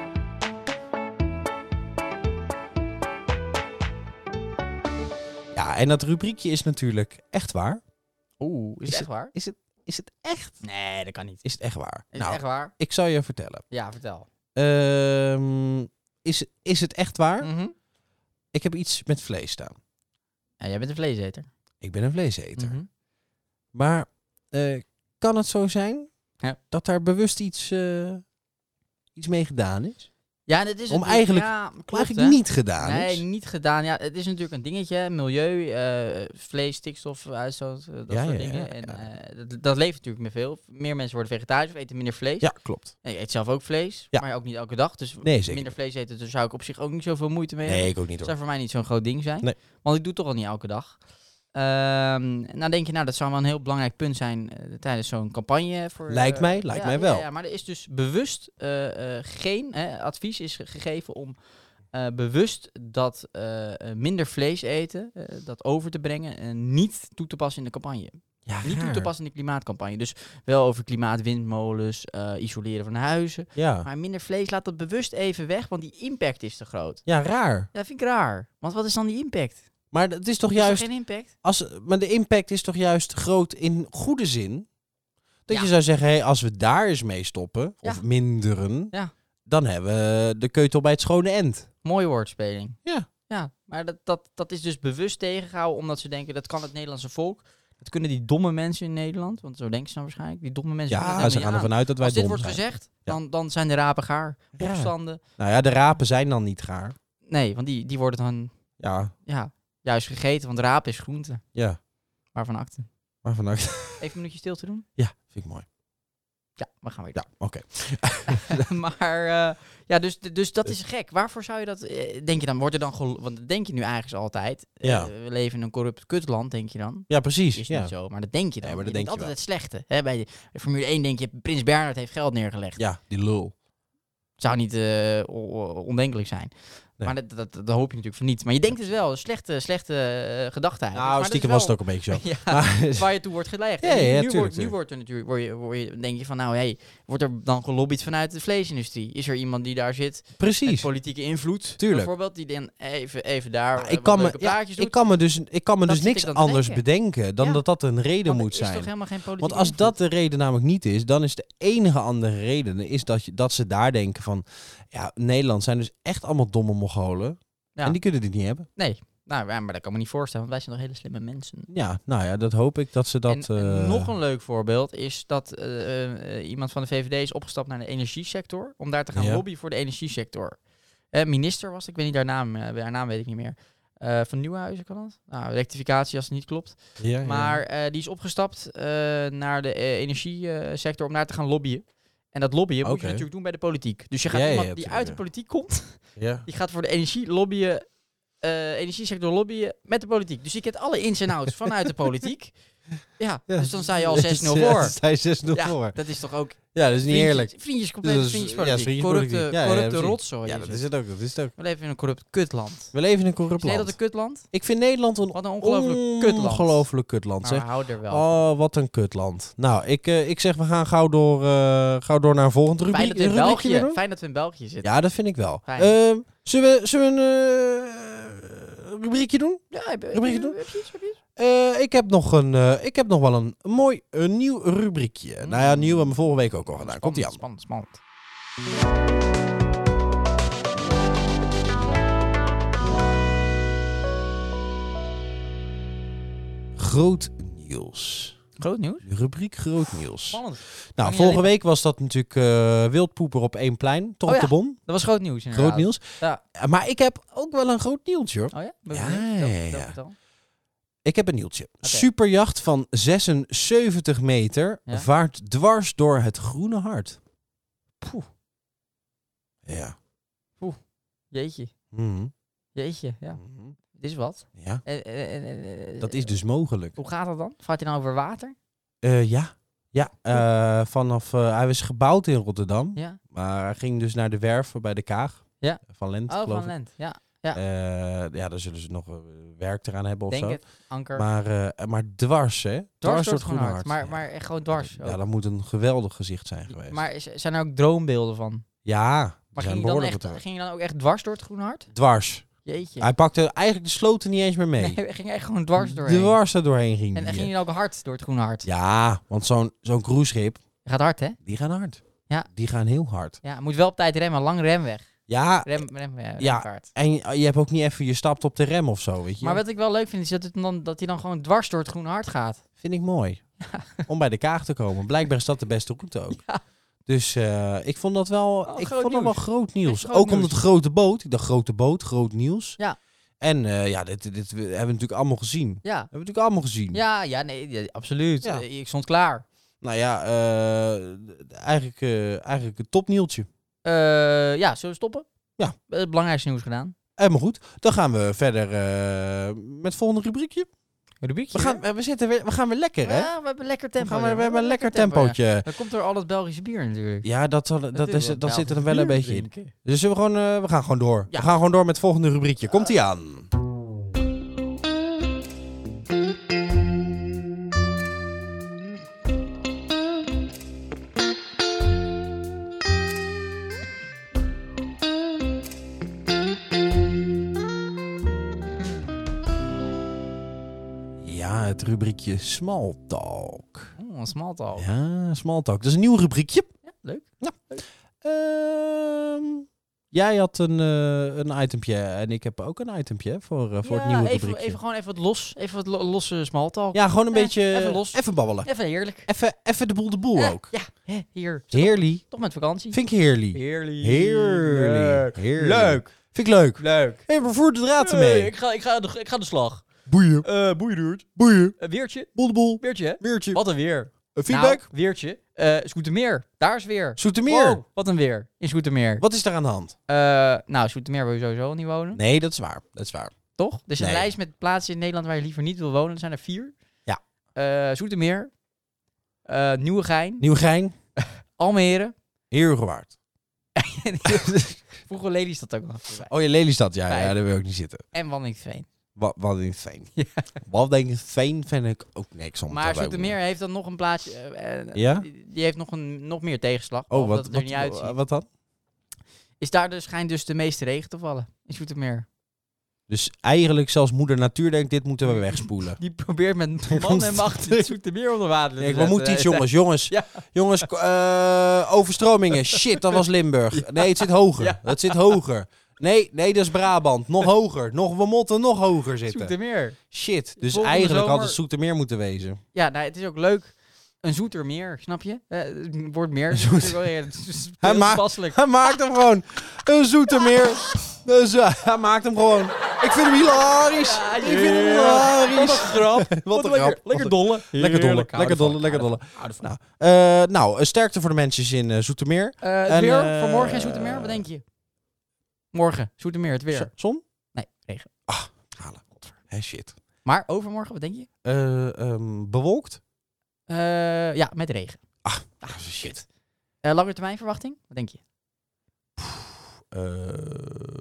Ja, en dat rubriekje is natuurlijk echt waar. Oeh, is, Is het echt waar? Is het, is het echt? Nee, dat kan niet. Is het echt waar? Is nou, het echt waar? ik zal je vertellen. Ja, vertel. Ehm, is, is het echt waar? Mhm. Ik heb iets met vlees staan. Ja, jij bent een vleeseter. Ik ben een vleeseter. Mhm. Maar eh, kan het zo zijn Ja. dat daar bewust iets, eh, iets mee gedaan is? Ja, dat is Om het, eigenlijk- ja, klopt, Eigenlijk hè? niet gedaan Nee, is. niet gedaan. Ja, het is natuurlijk een dingetje. hè. Milieu, eh, vlees, stikstof, uitstoot, eh, dat Ja, soort ja, dingen. ja, En ja. eh, dat, dat leeft natuurlijk met veel. Meer mensen worden vegetarisch of eten minder vlees. Ja, klopt. En je eet zelf ook vlees, Ja. maar ook niet elke dag. Dus Nee, zeker minder vlees eten, daar zou ik op zich ook niet zoveel moeite mee hebben. Nee, ik ook niet Dat hoor. zou voor mij niet zo'n groot ding zijn. Nee. Want ik doe het toch al niet elke dag. Ehm nou denk je, nou dat zou wel een heel belangrijk punt zijn eh, tijdens zo'n campagne. Voor, Lijkt eh, mij, lijkt ja, mij ja, wel. Ja, maar er is dus bewust eh, eh, geen hè, advies is ge- gegeven om eh, bewust dat eh, eh, minder vlees eten, eh, dat over te brengen en niet toe te passen in de campagne. Ja, Niet toe te raar. passen in de klimaatcampagne. Dus wel over klimaatwindmolens, eh, isoleren van huizen. Ja. Maar minder vlees laat dat bewust even weg, want die impact is te groot. ja, raar. Ja, dat vind ik raar. Want wat is dan die impact? Maar het is toch Is er juist... geen impact? Als, maar de impact is toch juist groot in goede zin? Dat Ja. je zou zeggen, hey, als we daar eens mee stoppen, Ja. of minderen, Ja. dan hebben we de keutel bij het schone end. Mooie woordspeling. Ja. Ja, maar dat, dat, dat is dus bewust tegengehouden, omdat ze denken, dat kan het Nederlandse volk. Dat kunnen die domme mensen in Nederland, want zo denken ze dan waarschijnlijk. Die domme mensen kunnen Ja, het ze helemaal gaan niet ervan uit dat aan. wij Als dit dom wordt zijn. gezegd, dan, dan zijn de rapen gaar. Ja. Opstanden. Nou ja, de rapen zijn dan niet gaar. Nee, want die, die worden dan Ja, ja, juist gegeten, want rapen is groente. ja. Waarvan akte. Maar vanuit... Even een minuutje stil te doen? Ja, vind ik mooi. Ja, we gaan weer. Ja, oké. maar uh, ja, dus, dus dat is gek. Waarvoor zou je dat, uh, denk je dan, wordt er dan, gelo- want dat denk je nu eigenlijk altijd. Uh, Ja. we leven in een corrupt kutland, denk je dan. Ja, precies. Is Ja. niet zo, maar dat denk je dan. Nee, maar dat je denk denkt je altijd het slechte. Hè? Bij de Formule één denk je, Prins Bernhard heeft geld neergelegd. ja, die lul. Zou niet uh, ondenkelijk zijn. Nee. Maar dat, dat, dat hoop je natuurlijk van niet. Maar je denkt het wel, een slechte, slechte uh, gedachte eigenlijk. Nou, maar stiekem dat was is het ook een beetje zo. wel- ja, Maar- waar je toe wordt gelegd. Ja, En nu, ja, ja, nu, tuurlijk, wordt, nu tuurlijk. wordt er natuurlijk, word je, word je, denk je van, nou, hey, wordt er dan gelobbyd vanuit de vleesindustrie? Is er iemand die daar zit met Precies. politieke invloed, Tuurlijk. bijvoorbeeld, die dan even, even daar Maar eh, ik wat kan me, leuke ja, plaatjes ik doet? kan me dus, ik kan me Dat dus zit niks ik dan te anders denken. bedenken dan Ja. dat dat een reden Want moet er zijn. is toch helemaal geen politieke Want als invloed? dat de reden namelijk niet is, dan is de enige andere reden is dat, je, dat ze daar denken van, ja, Nederland zijn dus echt allemaal domme Mongolen. Ja. En die kunnen dit niet hebben. Nee, nou, ja, maar dat kan me niet voorstellen, want wij zijn nog hele slimme mensen. Ja, nou ja, dat hoop ik dat ze dat... en, en eh, nog een leuk voorbeeld is dat eh, eh, iemand van de V V D is opgestapt naar de energiesector om daar te gaan Ja. lobbyen voor de energiesector. Eh, minister was, ik weet niet haar naam, eh, haar naam weet ik niet meer. Eh, van Nieuwenhuizen kan dat? Nou, rectificatie als het niet klopt. ja, ja. Maar eh, die is opgestapt eh, naar de eh, energiesector om daar te gaan lobbyen. En dat lobbyen moet Oké. je natuurlijk doen bij de politiek. Dus je gaat Ja, ja, iemand ja, die tuurlijk, uit de ja. politiek komt, Ja. die gaat voor de energie lobbyen, eh, energiesector lobbyen met de politiek. Dus je kent alle ins en outs vanuit de politiek. Ja, Ja. dus dan sta je al zes nul Ja, voor. dan sta je zes nul Ja, voor. dat is toch ook Ja, dat is niet eerlijk. vriendjes, compleet Dus- vriendjespolitiek. ja, vriendjespolitiek. Corrupte, Ja, ja, corrupte precies. rotzooi. Ja, is dat het. is het ook. Dat is het ook. We leven in een corrupt kutland. We leven in een corrupt Is Nederland land. een kutland? Ik vind Nederland een Wat een ongelooflijk kutland. ongelooflijk kutland. Maar we Zeg. houden er wel. Oh, wat een kutland. Nou, ik, uh, ik zeg, we gaan gauw door, uh, gauw door naar een volgende rubriek. Fijn dat, we in rubriekje weer België, doen? fijn dat we in België zitten. Ja, dat vind ik wel. Fijn. Uh, zullen we, zullen we een uh, rubriekje doen? Ja, heb, heb, Rubriekje heb, doen? heb je iets? Heb je iets? Uh, ik, heb nog een, uh, ik heb nog wel een mooi een nieuw rubriekje. Mm. Nou ja, nieuw hebben we vorige week ook al gedaan. Komt-ie aan. Spannend, spannend. Groot nieuws. Groot nieuws? De rubriek Groot nieuws. Spannend. Nou, niet vorige alleen- week was dat natuurlijk uh, wildpoeper op één plein. Toch Oh op ja. de bom. Dat was groot nieuws inderdaad. Groot nieuws. Ja. Uh, Maar ik heb ook wel een groot nieuwtje hoor. Oh ja? Ben Ja, benieuwd. ja, Vertel, ja, vertel, ja. vertel. Ik heb een nieuwtje. Oké. Superjacht van zesenzeventig meter Ja. vaart dwars door het Groene Hart. Poeh, Ja. jeetje. Mhm. Jeetje, ja. Mhm. Dit is wat. Ja. Eh, eh, eh, eh, Dat is dus mogelijk. Hoe gaat dat dan? Vaart hij dan over water? Uh, ja. Ja. Uh, vanaf, uh, hij was gebouwd in Rotterdam. Ja. Maar hij ging dus naar de werf bij de Kaag. Ja. Van Lent, Oh, geloof van ik. Lent. Ja. Uh, ja, daar zullen ze nog uh, werk eraan hebben of Denk zo. het. Anker. Maar, uh, maar dwars, hè? dwars door het het Groene Hart. Maar, Ja. maar echt gewoon dwars. Ja, ook. dat moet een geweldig gezicht zijn geweest. Maar is, zijn er ook droombeelden van? ja, Maar zijn ging je, dan behoorlijk echt, wat- ging je dan ook echt dwars door het Groene Hart? dwars. Jeetje. Hij pakte eigenlijk de sloten niet eens meer mee. Nee, hij ging echt gewoon dwars doorheen. Dwars er doorheen ging En, en die. ging hij ook hard door het groene hart. Ja, want zo'n zo'n cruiseschip, Hij gaat hard, hè? die gaan hard. Ja. Die gaan heel hard. Ja, moet wel op tijd remmen. Lang remweg. Ja, Rem, rem, ja, Ja. remvaart. en je, je hebt ook niet even, je stapt op de rem of zo, weet je. Maar wat ik wel leuk vind, is dat, het dan, dat hij dan gewoon dwars door het groene hart gaat. Vind ik mooi. Om bij de Kaag te komen. Blijkbaar is dat de beste route ook. Ja. Dus uh, ik vond dat wel, Oh, ik groot vond dat wel nieuws. groot nieuws. Echt groot Ook omdat de nieuws. grote boot, ik dacht grote boot, groot nieuws. Ja. En uh, ja, dit, dit hebben we natuurlijk allemaal gezien. Ja. Hebben we natuurlijk allemaal gezien. Ja, ja, nee, ja, absoluut. Ja. Eh, Ik stond klaar. Nou ja, uh, eigenlijk, uh, eigenlijk een topnieuwtje. Uh, ja, zullen we stoppen? Ja. Het belangrijkste nieuws gedaan. Helemaal goed. Dan gaan we verder uh, met het volgende rubriekje. Rubriekje? We gaan, we, zitten weer, we gaan weer lekker, hè? Ja, we hebben lekker tempo. We, gaan, we, we ja. hebben een lekker tempo, tempootje. ja. Dan komt er al het Belgische bier natuurlijk. Ja, dat, zal, dat, dat, is, wil dat zit er Belgisch wel een bier beetje in. drinken. Dus zullen we, gewoon, uh, we gaan gewoon door. Ja. We gaan gewoon door met het volgende rubriekje. Komt-ie aan. Ja, het rubriekje Small Talk. Oh, een small talk. Ja, Small Talk. Dat is een nieuw rubriekje. Ja, leuk. Ja. Uh, jij had een, uh, een itempje en ik heb ook een itempje voor, uh, voor ja, het nieuwe even, rubriekje. even gewoon even wat los. Even wat lo losse small talk. Ja, gewoon een Eh, beetje... even los. Even babbelen. Even heerlijk. Even, even de boel de boel Ja, ook. Ja, hè, hier. Heerlijk. Toch met vakantie. Vind ik heerlijk. Heerlijk. Heerlijk. Heerlijk. Leuk. Vind ik leuk. Leuk. Hé, maar voer de draad Hey, ermee. ik, ga, ik, ga de, ik ga de slag. Boeien. Uh, boeien duurt. Boeien. Uh, weertje. Boel de boel. Weertje, hè? Weertje. Wat een weer. Een feedback. Nou, weertje. Uh, Zoetermeer. Daar is weer. Zoetermeer. Wow, wat een weer. In Zoetermeer. Wat is daar aan de hand? Uh, nou, Zoetermeer wil je sowieso niet wonen. Nee, dat is waar. Dat is waar. Toch? Er is een Nee. lijst met plaatsen in Nederland waar je liever niet wil wonen. Er zijn er vier. Ja. Uh, Zoetermeer. Uh, Nieuwegein. Nieuwegein. Almere. Heerhugowaard. Vroeger Lelystad ook nog voorbij. Oh ja, Lelystad. Ja, Fijn. ja, daar wil ik niet zitten. En Waddinxveen. Wat, wat in Veen. Ja. Wat denk ik Veen vind ik ook niks om Maar te Zoetermeer wonen. heeft dan nog een plaatsje. Uh, uh, Ja? Die, die heeft nog, een, nog meer tegenslag. Oh, behalve wat, dat het er wat, niet uitziet. wat, wat dan? Is daar dus, schijnt dus de meeste regen te vallen. In Zoetermeer. Dus eigenlijk zelfs moeder natuur denkt, dit moeten we wegspoelen. Die probeert met man en macht het Zoetermeer onder water te Nee, we zetten. moeten iets, jongens. Jongens, Ja. jongens uh, overstromingen. Shit, dat was Limburg. Ja. Nee, het zit hoger. Ja. Het zit hoger. Nee, nee, dat is Brabant. Nog hoger. Nog, we moeten nog hoger zitten. Zoetermeer. Shit. Dus Volgende eigenlijk had zomer- het Zoetermeer moeten wezen. Ja, nou, het is ook leuk. Een Zoetermeer, snap je? Uh, het woord meer. Zoet- Is wel heel- het is Hij heel maakt- toepasselijk. Hij maakt hem gewoon. Een Zoetermeer. Dus, uh, hij maakt hem gewoon. Ik vind hem hilarisch. Ja, Ik vind hem hilarisch. Wat een grap. Wat een lekker, grap. lekker dolle. Lekker dolle. Heerlijk. Lekker dolle. Lekker dolle. Hou ervan. Nou, uh, nou, uh, sterkte voor de mensen in uh, Zoetermeer. Uh, het En, weer eh, voor morgen in Zoetermeer, wat denk je? Morgen, Zoetermeer, het weer. Z- Zon? Nee, regen. Halen. Hé, shit. Maar overmorgen, wat denk je? Uh, um, bewolkt? Uh, ja, met regen. Ach, ah, shit. Uh, lange termijn verwachting, wat denk je? Uh,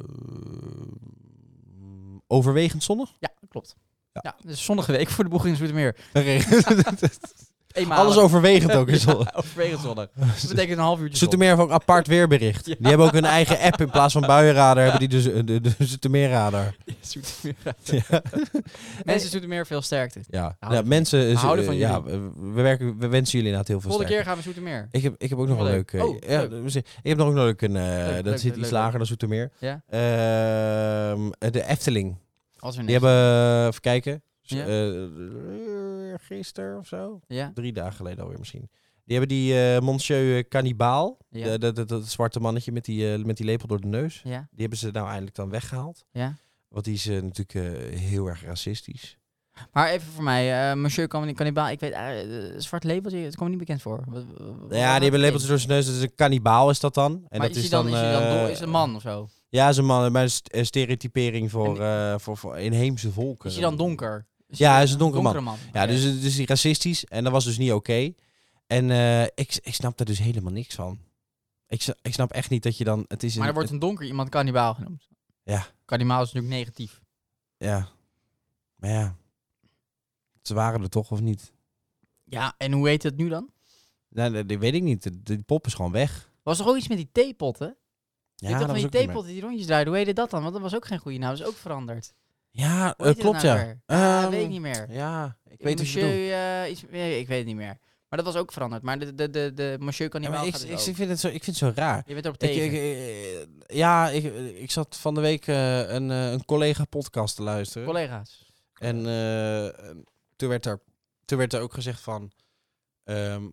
overwegend zonnig? Ja, klopt. Ja. Ja, dus zonnige week voor de boeg in Zoetermeer. Eenmalig. Alles overwegend ook is zonnig. Ja, overwegend zonnig. Dat betekent een half uurtje zon. Zoetermeer heeft ook een apart weerbericht. Ja. Die hebben ook een eigen app in plaats van buienradar. Hebben die de, de, de Zoetermeerradar. Zoetermeer. Ja. Mensen Zoetermeer veel sterkte. Ja, Houden ja mensen. We uh, houden van ja, we, we werken, we wensen jullie inderdaad heel veel Volgende sterkte. keer gaan we Zoetermeer. Ik heb, ik heb ook nog Wel een leuk. leuk. uh, Oh, ja, leuk. we zien- ik heb nog ook nog een. Uh, Leuk, dat leuk, zit leuk, iets leuk. lager dan Zoetermeer. Ja? Ehm, de Efteling. Als we Die net. hebben, even kijken, Ja. uh, gisteren of zo, Ja? drie dagen geleden alweer misschien. Die hebben die uh, Monsieur Cannibal, Ja. de, de, de, dat zwarte mannetje met die, uh, met die lepel door de neus. Ja? Die hebben ze nou eindelijk dan weggehaald. Ja? Want die is uh, natuurlijk uh, heel erg racistisch. Maar even voor mij, uh, Monsieur Can- Cannibal, ik weet, uh, zwart lepeltje, het komt me niet bekend voor. Wat- wat- Ja, die hebben lepeltjes door zijn neus. Dat is een kannibaal is dat dan. En Maar dat is hij dan, is hij dan uh, dol- is een man of zo? Ja, is een man. Maar een st- een stereotypering voor, uh, voor, voor inheemse volken. Is hij dan donker? Ja, hij is een een donkere man. donkere man. Ja, Oké. dus, dus die racistisch. En dat was dus niet oké. Okay. En uh, ik, ik snap daar dus helemaal niks van. Ik, s- ik snap echt niet dat je dan... Het is Maar een, er wordt een donker iemand kannibaal genoemd. Ja. Kannibaal is natuurlijk negatief. Ja. Maar ja. Ze waren er toch, of niet? Ja, en hoe heet het nu dan? Nou, dat, dat weet ik niet. De, de pop is gewoon weg. Was er ook iets met die theepotten? Ja, dat van die theepot die rondjes draaide. Hoe heette dat dan? Want dat was ook geen goede naam. Dat is ook veranderd. Ja, Hoe uh, heette klopt dat nou ja. weer? Ja, Um, weet ik niet meer. Ja, ik weet wat je Monsieur, bedoelt. uh, iets, nee, ik weet het niet meer. Maar dat was ook veranderd. Maar de, de, de, de Monsieur Ja, Cannibal maar ik, gaat dus ik, ook. ik, vind het zo, ik vind het zo raar. Je bent erop Ik, tegen. ik, ik- ja, ik, ik zat van de week uh, een, uh, een collega podcast te luisteren. Collega's. En uh, toen, werd er, toen werd er ook gezegd van... Um,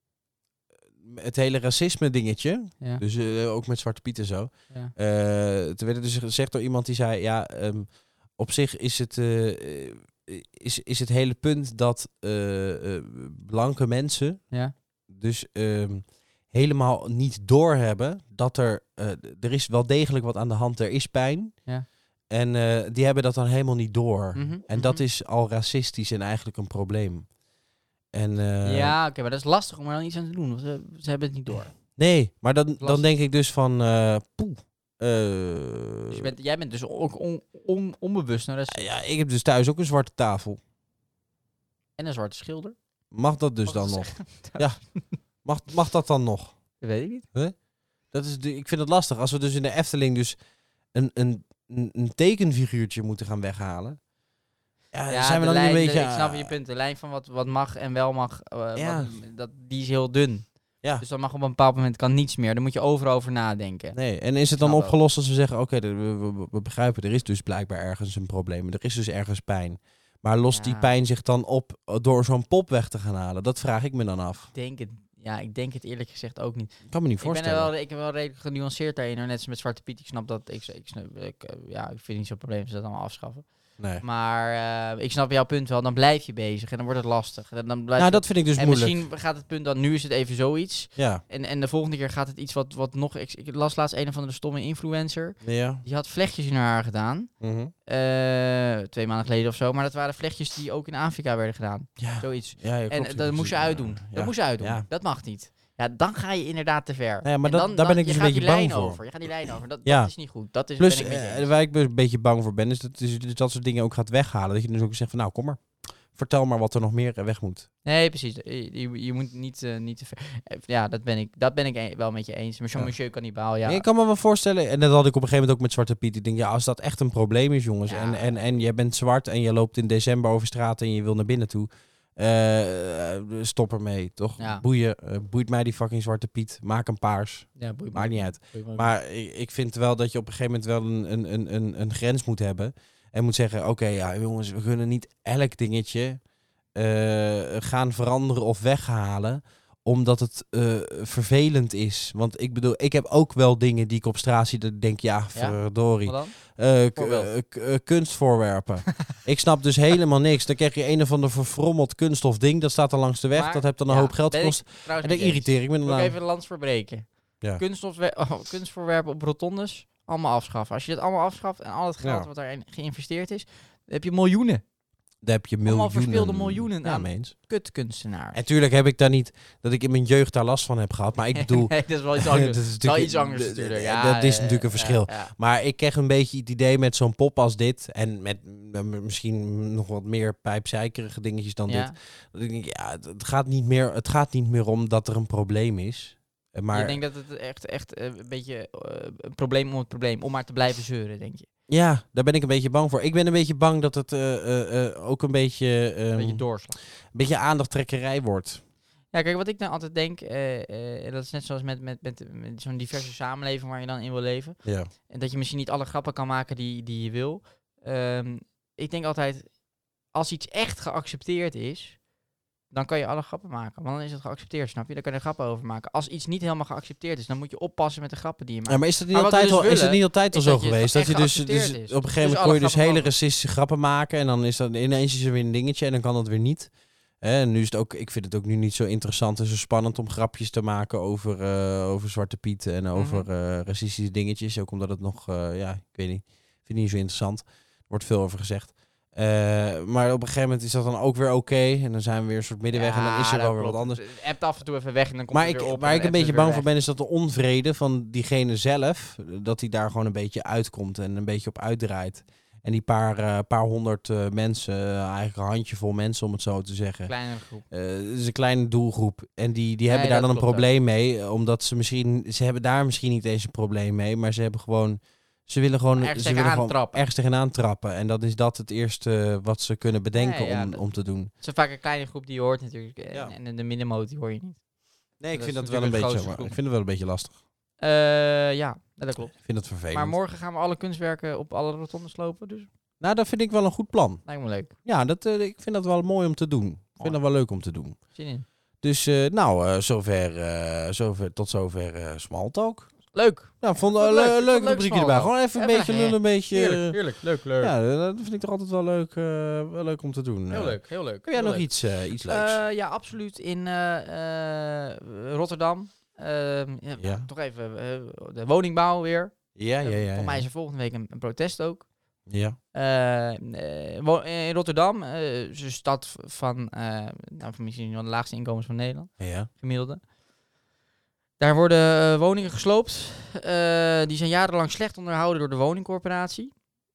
het hele racisme dingetje, Ja. dus uh, ook met Zwarte Piet en zo. Ja. Uh, toen werd er dus gezegd door iemand die zei... ja, um, op zich is het, uh, is, is het hele punt dat uh, uh, blanke mensen... Ja. dus um, helemaal niet doorhebben dat er... Uh, er is wel degelijk wat aan de hand, er is pijn. Ja. En uh, die hebben dat dan helemaal niet door. Mm-hmm, en dat mm-hmm. is al racistisch en eigenlijk een probleem. En, uh, ja, oké, okay, maar dat is lastig om er dan iets aan te doen. Want ze, ze hebben het niet door. Nee, maar dan, dan denk ik dus van... Uh, poeh. Uh, dus je bent, jij bent dus ook on, on, onbewust naar racist. Ja, ik heb dus thuis ook een zwarte tafel. En een zwarte schilder. Mag dat dus mag dan nog? Ja, mag, mag dat dan nog? Dat weet ik niet. Huh? Dat is de, ik vind het lastig. Als we dus in de Efteling dus een, een, een tekenfiguurtje moeten gaan weghalen. Ja, ja zijn we dan lijn, niet een beetje... De, ik snap je punt. De lijn van wat, wat mag en wel mag, uh, ja. wat, dat, die is heel dun. Ja. Dus dan mag op een bepaald moment kan niets meer. Dan moet je overal over nadenken. Nee, en is het dan opgelost als we zeggen... oké, okay, we, we, we begrijpen, er is dus blijkbaar ergens een probleem. Er is dus ergens pijn. Maar lost ja. die pijn zich dan op door zo'n pop weg te gaan halen? Dat vraag ik me dan af. Ik denk het, ja, ik denk het eerlijk gezegd ook niet. Ik kan me niet voorstellen. Ik ben, wel, ik ben wel redelijk genuanceerd daarin. Net als met Zwarte Piet. Ik snap dat... Ik, ik, snap, ik, ja, ik vind het niet zo'n probleem als ze dat allemaal afschaffen. Nee. Maar uh, ik snap jouw punt wel. Dan blijf je bezig en dan wordt het lastig. En dan blijft nou, dat vind ik dus en moeilijk. Misschien gaat het punt dan... Nu is het even zoiets. Ja. En, en de volgende keer gaat het iets wat, wat nog... Ik, ik las laatst een of andere stomme influencer. Ja. Die had vlechtjes in haar haar gedaan. Mm-hmm. Uh, twee maanden geleden of zo. Maar dat waren vlechtjes die ook in Afrika werden gedaan. Ja. Zoiets. Ja, ja, en dat moest je uitdoen. Ja. Dat moest je uitdoen. Ja. Dat mag niet. Ja, dan ga je inderdaad te ver. Nee, maar en dat, dan, daar dan, ben ik dus een beetje bang voor. Over. Je gaat die lijn over. Dat, ja. dat is niet goed. Dat is, Plus, ben ik uh, waar ik een beetje bang voor ben, is dat dus, dus dat soort dingen ook gaat weghalen. Dat je dus ook zegt van, nou, kom maar. Vertel maar wat er nog meer weg moet. Nee, precies. Je, je, je moet niet, uh, niet te ver... Ja, dat ben ik, dat ben ik een, wel met je eens. Maar zo'n ja. Monsieur Cannibal, ja. Ik kan me wel voorstellen, en dat had ik op een gegeven moment ook met Zwarte Piet. Ik denk, ja, als dat echt een probleem is, jongens. Ja. En, en, en je bent zwart en je loopt in december over straat en je wil naar binnen toe. Uh, stop ermee, toch? Ja. Boeien, uh, boeit mij die fucking Zwarte Piet. Maak een paars. Ja, boeit Maakt niet uit. Maar ik, ik vind wel dat je op een gegeven moment wel een, een, een, een grens moet hebben. En moet zeggen, oké, okay, ja, jongens, we kunnen niet elk dingetje uh, gaan veranderen of weghalen. Omdat het uh, vervelend is. Want ik bedoel, ik heb ook wel dingen die ik op straat zie. Dat ik denk, ja, verdorie. Ja? Uh, k- uh, k- uh, kunstvoorwerpen. Ik snap dus helemaal niks. Dan krijg je een of ander verfrommeld kunststof ding. Dat staat dan langs de weg. Maar, dat heeft dan een ja, hoop geld gekost. En dan irriteer ik me dan aan. aan. Even een lans verbreken. Ja. Kunststofwe- oh, kunstvoorwerpen op rotondes. Allemaal afschaffen. Als je dit allemaal afschaft en al het geld ja. wat daarin geïnvesteerd is. Dan heb je miljoenen. Daar heb je miljoenen. Allemaal verspeelde miljoenen ja, aan meens. kutkunstenaars. En tuurlijk heb ik daar niet, dat ik in mijn jeugd daar last van heb gehad. Maar ik bedoel... nee, dat is wel iets anders. dat is wel iets anders natuurlijk. Ja, dat is uh, natuurlijk een verschil. Uh, uh, maar ik kreeg een beetje het idee met zo'n pop als dit. En met uh, misschien nog wat meer pijpzeikerige dingetjes dan ja. dit. Dat ik denk, ja, het gaat, niet meer, het gaat niet meer om dat er een probleem is. Maar... Je denkt dat het echt, echt uh, een beetje uh, een probleem om het probleem, om maar te blijven zeuren, denk je? Ja, daar ben ik een beetje bang voor. Ik ben een beetje bang dat het uh, uh, uh, ook een beetje... Um, een beetje doorslag. Een beetje aandachttrekkerij wordt. Ja, kijk, wat ik nou altijd denk, uh, uh, en dat is net zoals met, met, met, met zo'n diverse samenleving waar je dan in wil leven. Ja. En dat je misschien niet alle grappen kan maken die, die je wil. Um, ik denk altijd, als iets echt geaccepteerd is... dan kan je alle grappen maken. Want dan is het geaccepteerd, snap je? Dan kan je er grappen over maken. Als iets niet helemaal geaccepteerd is, dan moet je oppassen met de grappen die je maakt. Ja, maar is dat niet altijd dus al, willen, is het niet altijd al zo dat geweest? Dat je dus, dus is. op een gegeven moment dus kon je dus hele racistische grappen maken. En dan is dat ineens is er weer een dingetje en dan kan dat weer niet. Hè, en nu is het ook, ik vind het ook nu niet zo interessant en zo spannend om grapjes te maken over, uh, over Zwarte Piet en over uh, racistische dingetjes. Ook omdat het nog, uh, ja, ik weet niet, vind het niet zo interessant. Er wordt veel over gezegd. Uh, maar op een gegeven moment is dat dan ook weer oké. Okay, en dan zijn we weer een soort middenweg ja, en dan is er wel weer wat anders. Het appt af en toe even weg en dan komt maar het ik, weer op. Waar ik een beetje bang weg. voor ben is dat de onvrede van diegene zelf, dat hij daar gewoon een beetje uitkomt en een beetje op uitdraait. En die paar, uh, paar honderd uh, mensen, uh, eigenlijk een handjevol mensen om het zo te zeggen. Kleinere groep. Uh, het is een kleine doelgroep. En die, die Nee, hebben daar dan een klopt, probleem mee. Omdat ze misschien, ze hebben daar misschien niet eens een probleem mee. Maar ze hebben gewoon, ze willen gewoon, Ergens ze willen gewoon trappen. ergens tegenaan trappen. En dan is dat het eerste wat ze kunnen bedenken Nee, ja, om, dat, om te doen. Het is vaak een kleine groep die je hoort natuurlijk. En, Ja. en de middenmoot die hoor je niet. Nee, ik dat vind is dat wel een natuurlijk beetje, een maar, grootste ik vind het wel een beetje lastig. Uh, ja, dat klopt. Ik vind het vervelend. Maar morgen gaan we alle kunstwerken op alle rotondes slopen, dus Nou, dat vind ik wel een goed plan. lijkt me leuk. Ja, dat, uh, ik vind dat wel mooi om te doen. Ik vind Mooi. dat wel leuk om te doen. Zin in. Dus, uh, nou, uh, zover, uh, zover, tot zover uh, Smalltalk. Leuk. Nou, vond Vond een leuk. le- Vond leuk leuk rubriekje erbij. Gewoon even een Even beetje een- lullen, een beetje... Heerlijk, heerlijk, leuk, leuk. Ja, dat vind ik toch altijd wel leuk, uh, wel leuk om te doen. Heel Uh, leuk, heel leuk. Heb jij heel nog leuk. iets, uh, iets leuks? Uh, ja, absoluut. In uh, uh, Rotterdam. Uh, ja, Ja. Toch even uh, de woningbouw weer. ja, ja, ja. Uh, Volgens mij ja. is er volgende week een, een protest ook. Ja. Uh, uh, wo- in Rotterdam, uh, is een stad van, uh, nou, van misschien wel de laagste inkomens van Nederland, Ja. gemiddelde. Daar worden uh, woningen gesloopt. Uh, die zijn jarenlang slecht onderhouden door de woningcorporatie.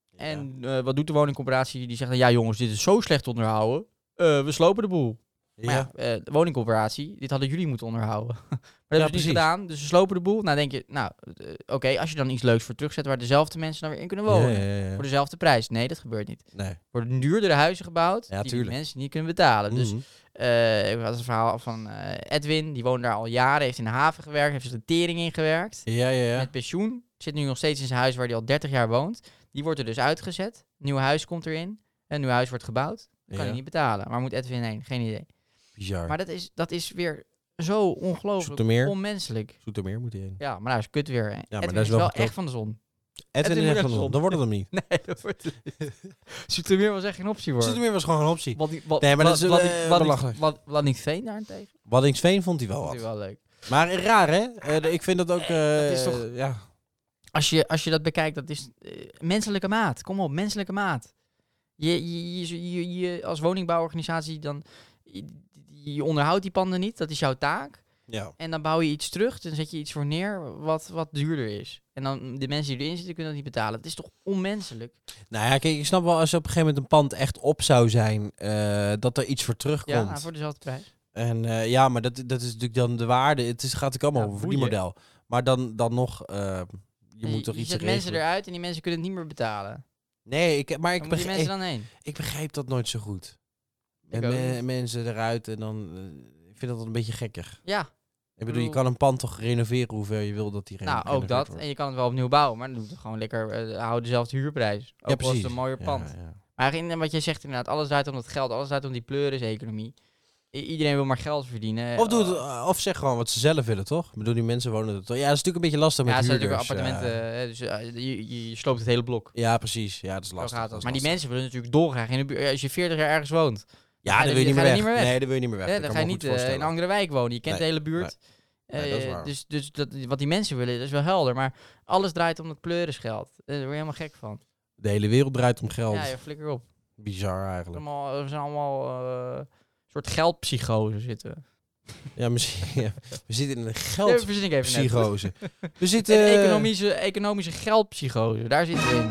En uh, wat doet de woningcorporatie? Die zegt dan, ja jongens, dit is zo slecht onderhouden. Uh, we slopen de boel. Ja. Maar ja, uh, de woningcorporatie, dit hadden jullie moeten onderhouden. Maar dat hebben ze niet precies. gedaan, dus ze slopen de boel. Nou denk je, nou, uh, oké, okay, als je dan iets leuks voor terugzet waar dezelfde mensen dan weer in kunnen wonen. Ja, ja, ja, ja. Voor dezelfde prijs. Nee, dat gebeurt niet. Er Nee. worden duurdere huizen gebouwd Ja, die de tuurlijk. mensen niet kunnen betalen. Dus Mhm. uh, ik had een verhaal van uh, Edwin, die woont daar al jaren, heeft in de haven gewerkt, heeft er de tering in gewerkt. Ja, ja, ja. Met pensioen, zit nu nog steeds in zijn huis waar hij al dertig jaar woont. Die wordt er dus uitgezet. Nieuw huis komt erin. Een nieuw huis wordt gebouwd. Dat kan Ja. hij niet betalen. Waar moet Edwin heen? Geen idee. Bizar. Maar dat is, dat is weer zo ongelooflijk Zoetermeer. onmenselijk. Zoetermeer moet hij heen. Ja, maar daar is kut weer. Edwin daar is is wel wel goedkoop. echt van de zon. Edwin moet is echt naar van de de zon. Dan wordt het hem niet. Nee, dat wordt het niet. Zoetermeer was echt geen optie voor. Zoetermeer was gewoon een optie. Wat, wat, Nee, maar dat wat, is, wat, eh, wat, belachelijk. wat, wat niet Veen daarentegen? Waddingsveen vond hij wel Vond wat. hij wel leuk. Maar raar, hè? Uh, ik vind dat ook... Uh, dat is toch- Ja. Als je, als je dat bekijkt, dat is uh, menselijke maat. Kom op, menselijke maat. Je, je, je, je, je als woningbouworganisatie, dan, je, je onderhoudt die panden niet. Dat is jouw taak. Ja. En dan bouw je iets terug. Dan zet je iets voor neer wat, wat duurder is. En dan de mensen die erin zitten, kunnen dat niet betalen. Het is toch onmenselijk? Nou ja, kijk, ik snap wel als er op een gegeven moment een pand echt op zou zijn, uh, dat er iets voor terugkomt. Ja, nou, voor dezelfde prijs. En uh, ja, maar dat, dat is natuurlijk dan de waarde. Het is, gaat natuurlijk allemaal Ja, over boeien. die model. Maar dan, dan nog, uh, je En moet toch je iets zet regelen. mensen eruit en die mensen kunnen het niet meer betalen. Nee, ik, maar ik, Waar moeten die begrijp, mensen dan heen? ik begrijp dat nooit zo goed. Ik En ook me- niet. mensen eruit en dan... Uh, ik vind dat een beetje gekkig. Ja, Ik bedoel, je kan een pand toch renoveren hoeveel je wil dat die reno- nou ook gerenoveerd dat. wordt. En je kan het wel opnieuw bouwen, maar dan doe het gewoon lekker, uh, hou dezelfde huurprijs. Ook al is het een mooier Ja, pand. ja. Maar in, wat jij zegt inderdaad, alles draait om het geld, alles draait om die pleuris-economie. I- iedereen wil maar geld verdienen. Of, doe het, Oh. uh, of zeg gewoon wat ze zelf willen, toch? Ik bedoel, die mensen wonen er toch? Ja, dat is natuurlijk een beetje lastig Ja, met het zijn huurders. natuurlijk appartementen, ja. hè, dus uh, je, je, je sloopt het hele blok. Ja, precies. Ja, dat is Zo lastig. gaat dat dat. is Maar die lastig. mensen willen natuurlijk dolgraag in de buurt. Als je veertig jaar ergens woont, Ja, dan dan wil je niet ga meer je weg. niet meer weg. Nee, dan wil je niet meer weg. hè, Dat dan kan ga je me niet goed uh, in een voorstellen. andere wijk wonen. Je kent Nee, de hele buurt. nee. Nee, dat is Uh, waar. dus dus dat, wat die mensen willen, dat is wel helder. Maar alles draait om dat pleurisgeld. Uh, daar word je helemaal gek van. De hele wereld draait om geld. Ja, je flikker op. Bizar eigenlijk. Allemaal, we zijn allemaal uh, een soort geldpsychose zitten. Ja, misschien. Ja. We zitten in een Nee, verzin ik even net. geldpsychose. We Een zitten... economische, economische geldpsychose, daar zitten we in.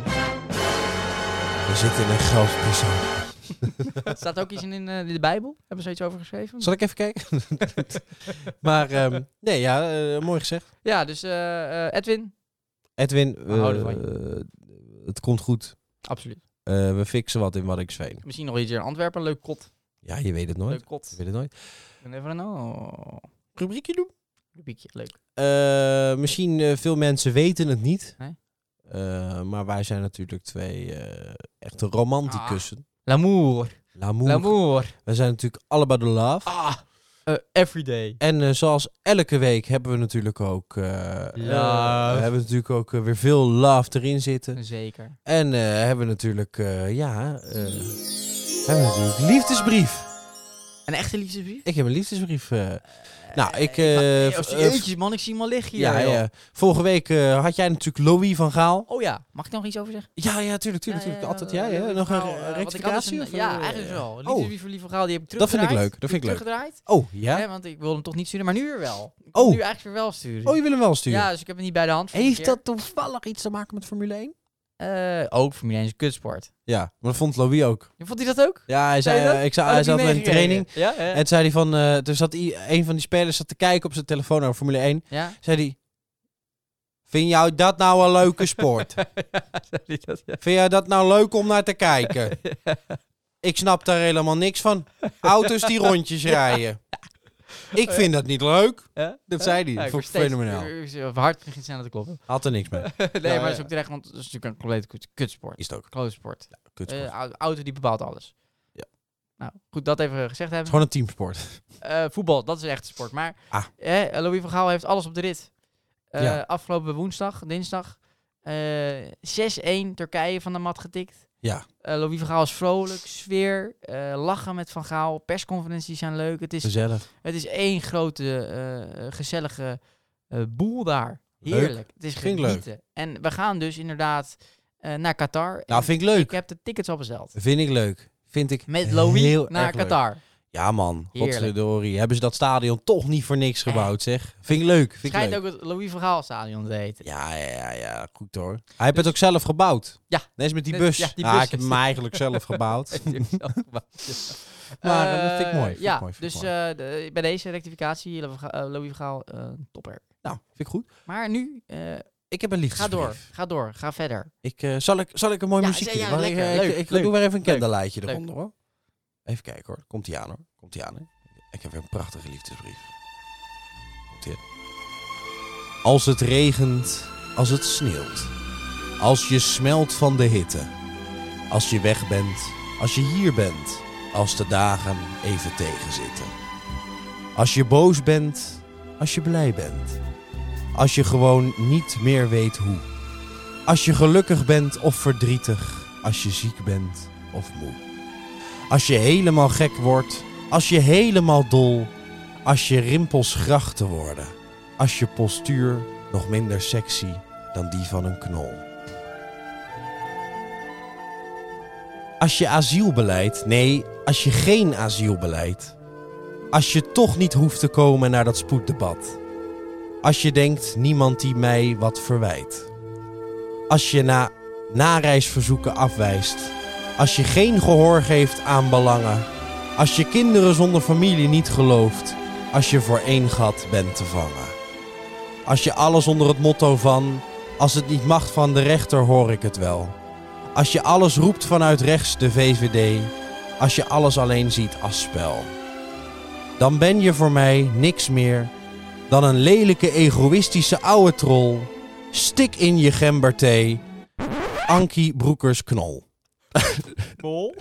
We zitten in een geldpsychose. Er staat ook iets in, in uh, de Bijbel. Hebben ze iets over geschreven? Zal ik even kijken? maar, um, nee, ja, uh, mooi gezegd. Ja, dus uh, uh, Edwin. Edwin, We houden uh, het komt goed. Absoluut. Uh, we fixen wat in Waddinxveen. Misschien nog iets in Antwerpen. Leuk kot. Ja, je weet het nooit. Leuk kot. Je weet het nooit. You never know. Rubriekje doen. Rubriekje, leuk. Uh, misschien uh, veel mensen weten het niet. Nee? Uh, maar wij zijn natuurlijk twee uh, echte romanticussen. Ah. L'amour. L'amour. L'amour. We zijn natuurlijk allebei de love. Ah. Uh, everyday. En uh, zoals elke week hebben we natuurlijk ook... Uh, Love. Uh, we hebben natuurlijk ook uh, weer veel love erin zitten. Zeker. En uh, hebben we natuurlijk... Uh, ja... Uh, hebben we natuurlijk liefdesbrief. Een echte liefdesbrief? Ik heb een liefdesbrief... Uh, Uh, nou, ik... Uh, ik uh, Jeetjes man, ik zie hem al liggen hier. Ja, joh. ja. Vorige week uh, had jij natuurlijk Louis van Gaal. Oh ja, mag ik nog iets over zeggen? Ja, ja, tuurlijk, tuurlijk. Ja, tuurlijk. ja, Altijd jij, ja, hè? ja, Nog een nou, uh, uh, want ik had dus rectificatie? een- of, ja, uh, eigenlijk wel. Oh, Liefdesbrief voor Lieve Vrouw, die heb ik Dat vind ik teruggedraaid. leuk, dat vind ik leuk. Teruggedraaid. oh, ja? Hè, want ik wilde hem toch niet sturen, maar nu weer wel. Ik wil Oh. hem nu eigenlijk weer wel sturen. Oh, je wil hem wel sturen? Ja, dus ik heb hem niet bij de hand. vorige Heeft keer. dat toevallig iets te maken met Formule één? Uh, ook Formule één is een kutsport. Ja, maar dat vond Louis ook. Vond hij dat ook? Ja, hij zei, zei uh, ik zei, oh, hij zat in een training. Ja, ja. En toen zei hij van, uh, toen zat hij, een van die spelers zat te kijken op zijn telefoon naar Formule één. Ja. Zei hij, vind jou dat nou een leuke sport? ja, dat, ja. Vind jij dat nou leuk om naar te kijken? ja. Ik snap daar helemaal niks van. Auto's die rondjes rijden. Ik vind dat niet leuk. Ja? Dat zei hij. Ja, Dat ik vond ik word fenomenaal. steeds- Of hard begint snel te kloppen. Had er niks mee. nee, Ja, maar dat is ja. ook terecht, want het is natuurlijk een complete kut- kutsport. Is het ook. Klote sport. Ja, kutsport. Uh, auto die bepaalt alles. Ja. Nou, goed, dat even gezegd Het is hebben. gewoon een teamsport. Uh, voetbal, dat is echt sport. Maar Ah. eh, Louis van Gaal heeft alles op de rit. Uh, Ja. Afgelopen woensdag, dinsdag, uh, zes-één Turkije van de mat getikt. Ja, Uh, Louis van Gaal is vrolijk, sfeer, uh, lachen met Van Gaal, persconferenties zijn leuk. Het is, gezellig. het is één grote uh, gezellige uh, boel daar. Leuk. Heerlijk. Het is Vind ik genieten. En we gaan dus inderdaad uh, naar Qatar. Nou, En vind ik leuk. Ik heb de tickets al besteld. Vind ik leuk. Vind ik Met Louis heel naar erg leuk. Qatar. Ja man, Heerlijk. godverdorie. Hebben ze dat stadion toch niet voor niks gebouwd, zeg. Vind ik leuk. Vind ik Schijnt leuk. ook het Louis van Gaal stadion te heten. Ja, ja, ja, ja, goed hoor. Hij heeft het ook zelf gebouwd. Ja. Net als met die Net- bus. ja, die Nou, bus ik heb is- hem eigenlijk zelf gebouwd. Heeft hij ook zelf gebouwd. Maar, eh, dat vind ik Eh, mooi, vind ik ja, mooi, vind ik dus mooi. eh, de- bij deze rectificatie, Louis van Gaal, uh, Louis van Gaal uh, topper. Nou, vind ik goed. Maar nu, uh, Ik heb een ga liefdesbrief. door, ga door, ga verder. Ik, uh, zal, ik, zal ik een mooi Ja, muziekje ja, doen? Wacht, lekker, ik, leuk, ik, ik leuk. doe weer even een Leuk. kinderlijtje Leuk. eronder hoor. Even kijken hoor. Komt ie aan hoor. Komt ie aan hè. Ik heb weer een prachtige liefdesbrief. Komt ie. Als het regent, als het sneeuwt. Als je smelt van de hitte. Als je weg bent, als je hier bent. Als de dagen even tegenzitten. Als je boos bent, als je blij bent. Als je gewoon niet meer weet hoe. Als je gelukkig bent of verdrietig. Als je ziek bent of moe. Als je helemaal gek wordt. Als je helemaal dol. Als je rimpels grachten worden. Als je postuur nog minder sexy dan die van een knol. Als je asielbeleid, nee, als je geen asielbeleid. Als je toch niet hoeft te komen naar dat spoeddebat. Als je denkt, niemand die mij wat verwijt. Als je na nareisverzoeken afwijst. Als je geen gehoor geeft aan belangen. Als je kinderen zonder familie niet gelooft. Als je voor één gat bent te vangen. Als je alles onder het motto van... Als het niet mag van de rechter hoor ik het wel. Als je alles roept vanuit rechts de V V D. Als je alles alleen ziet als spel. Dan ben je voor mij niks meer dan een lelijke egoïstische oude troll. Stik in je gemberthee. Ankie Broekers knol. Bol.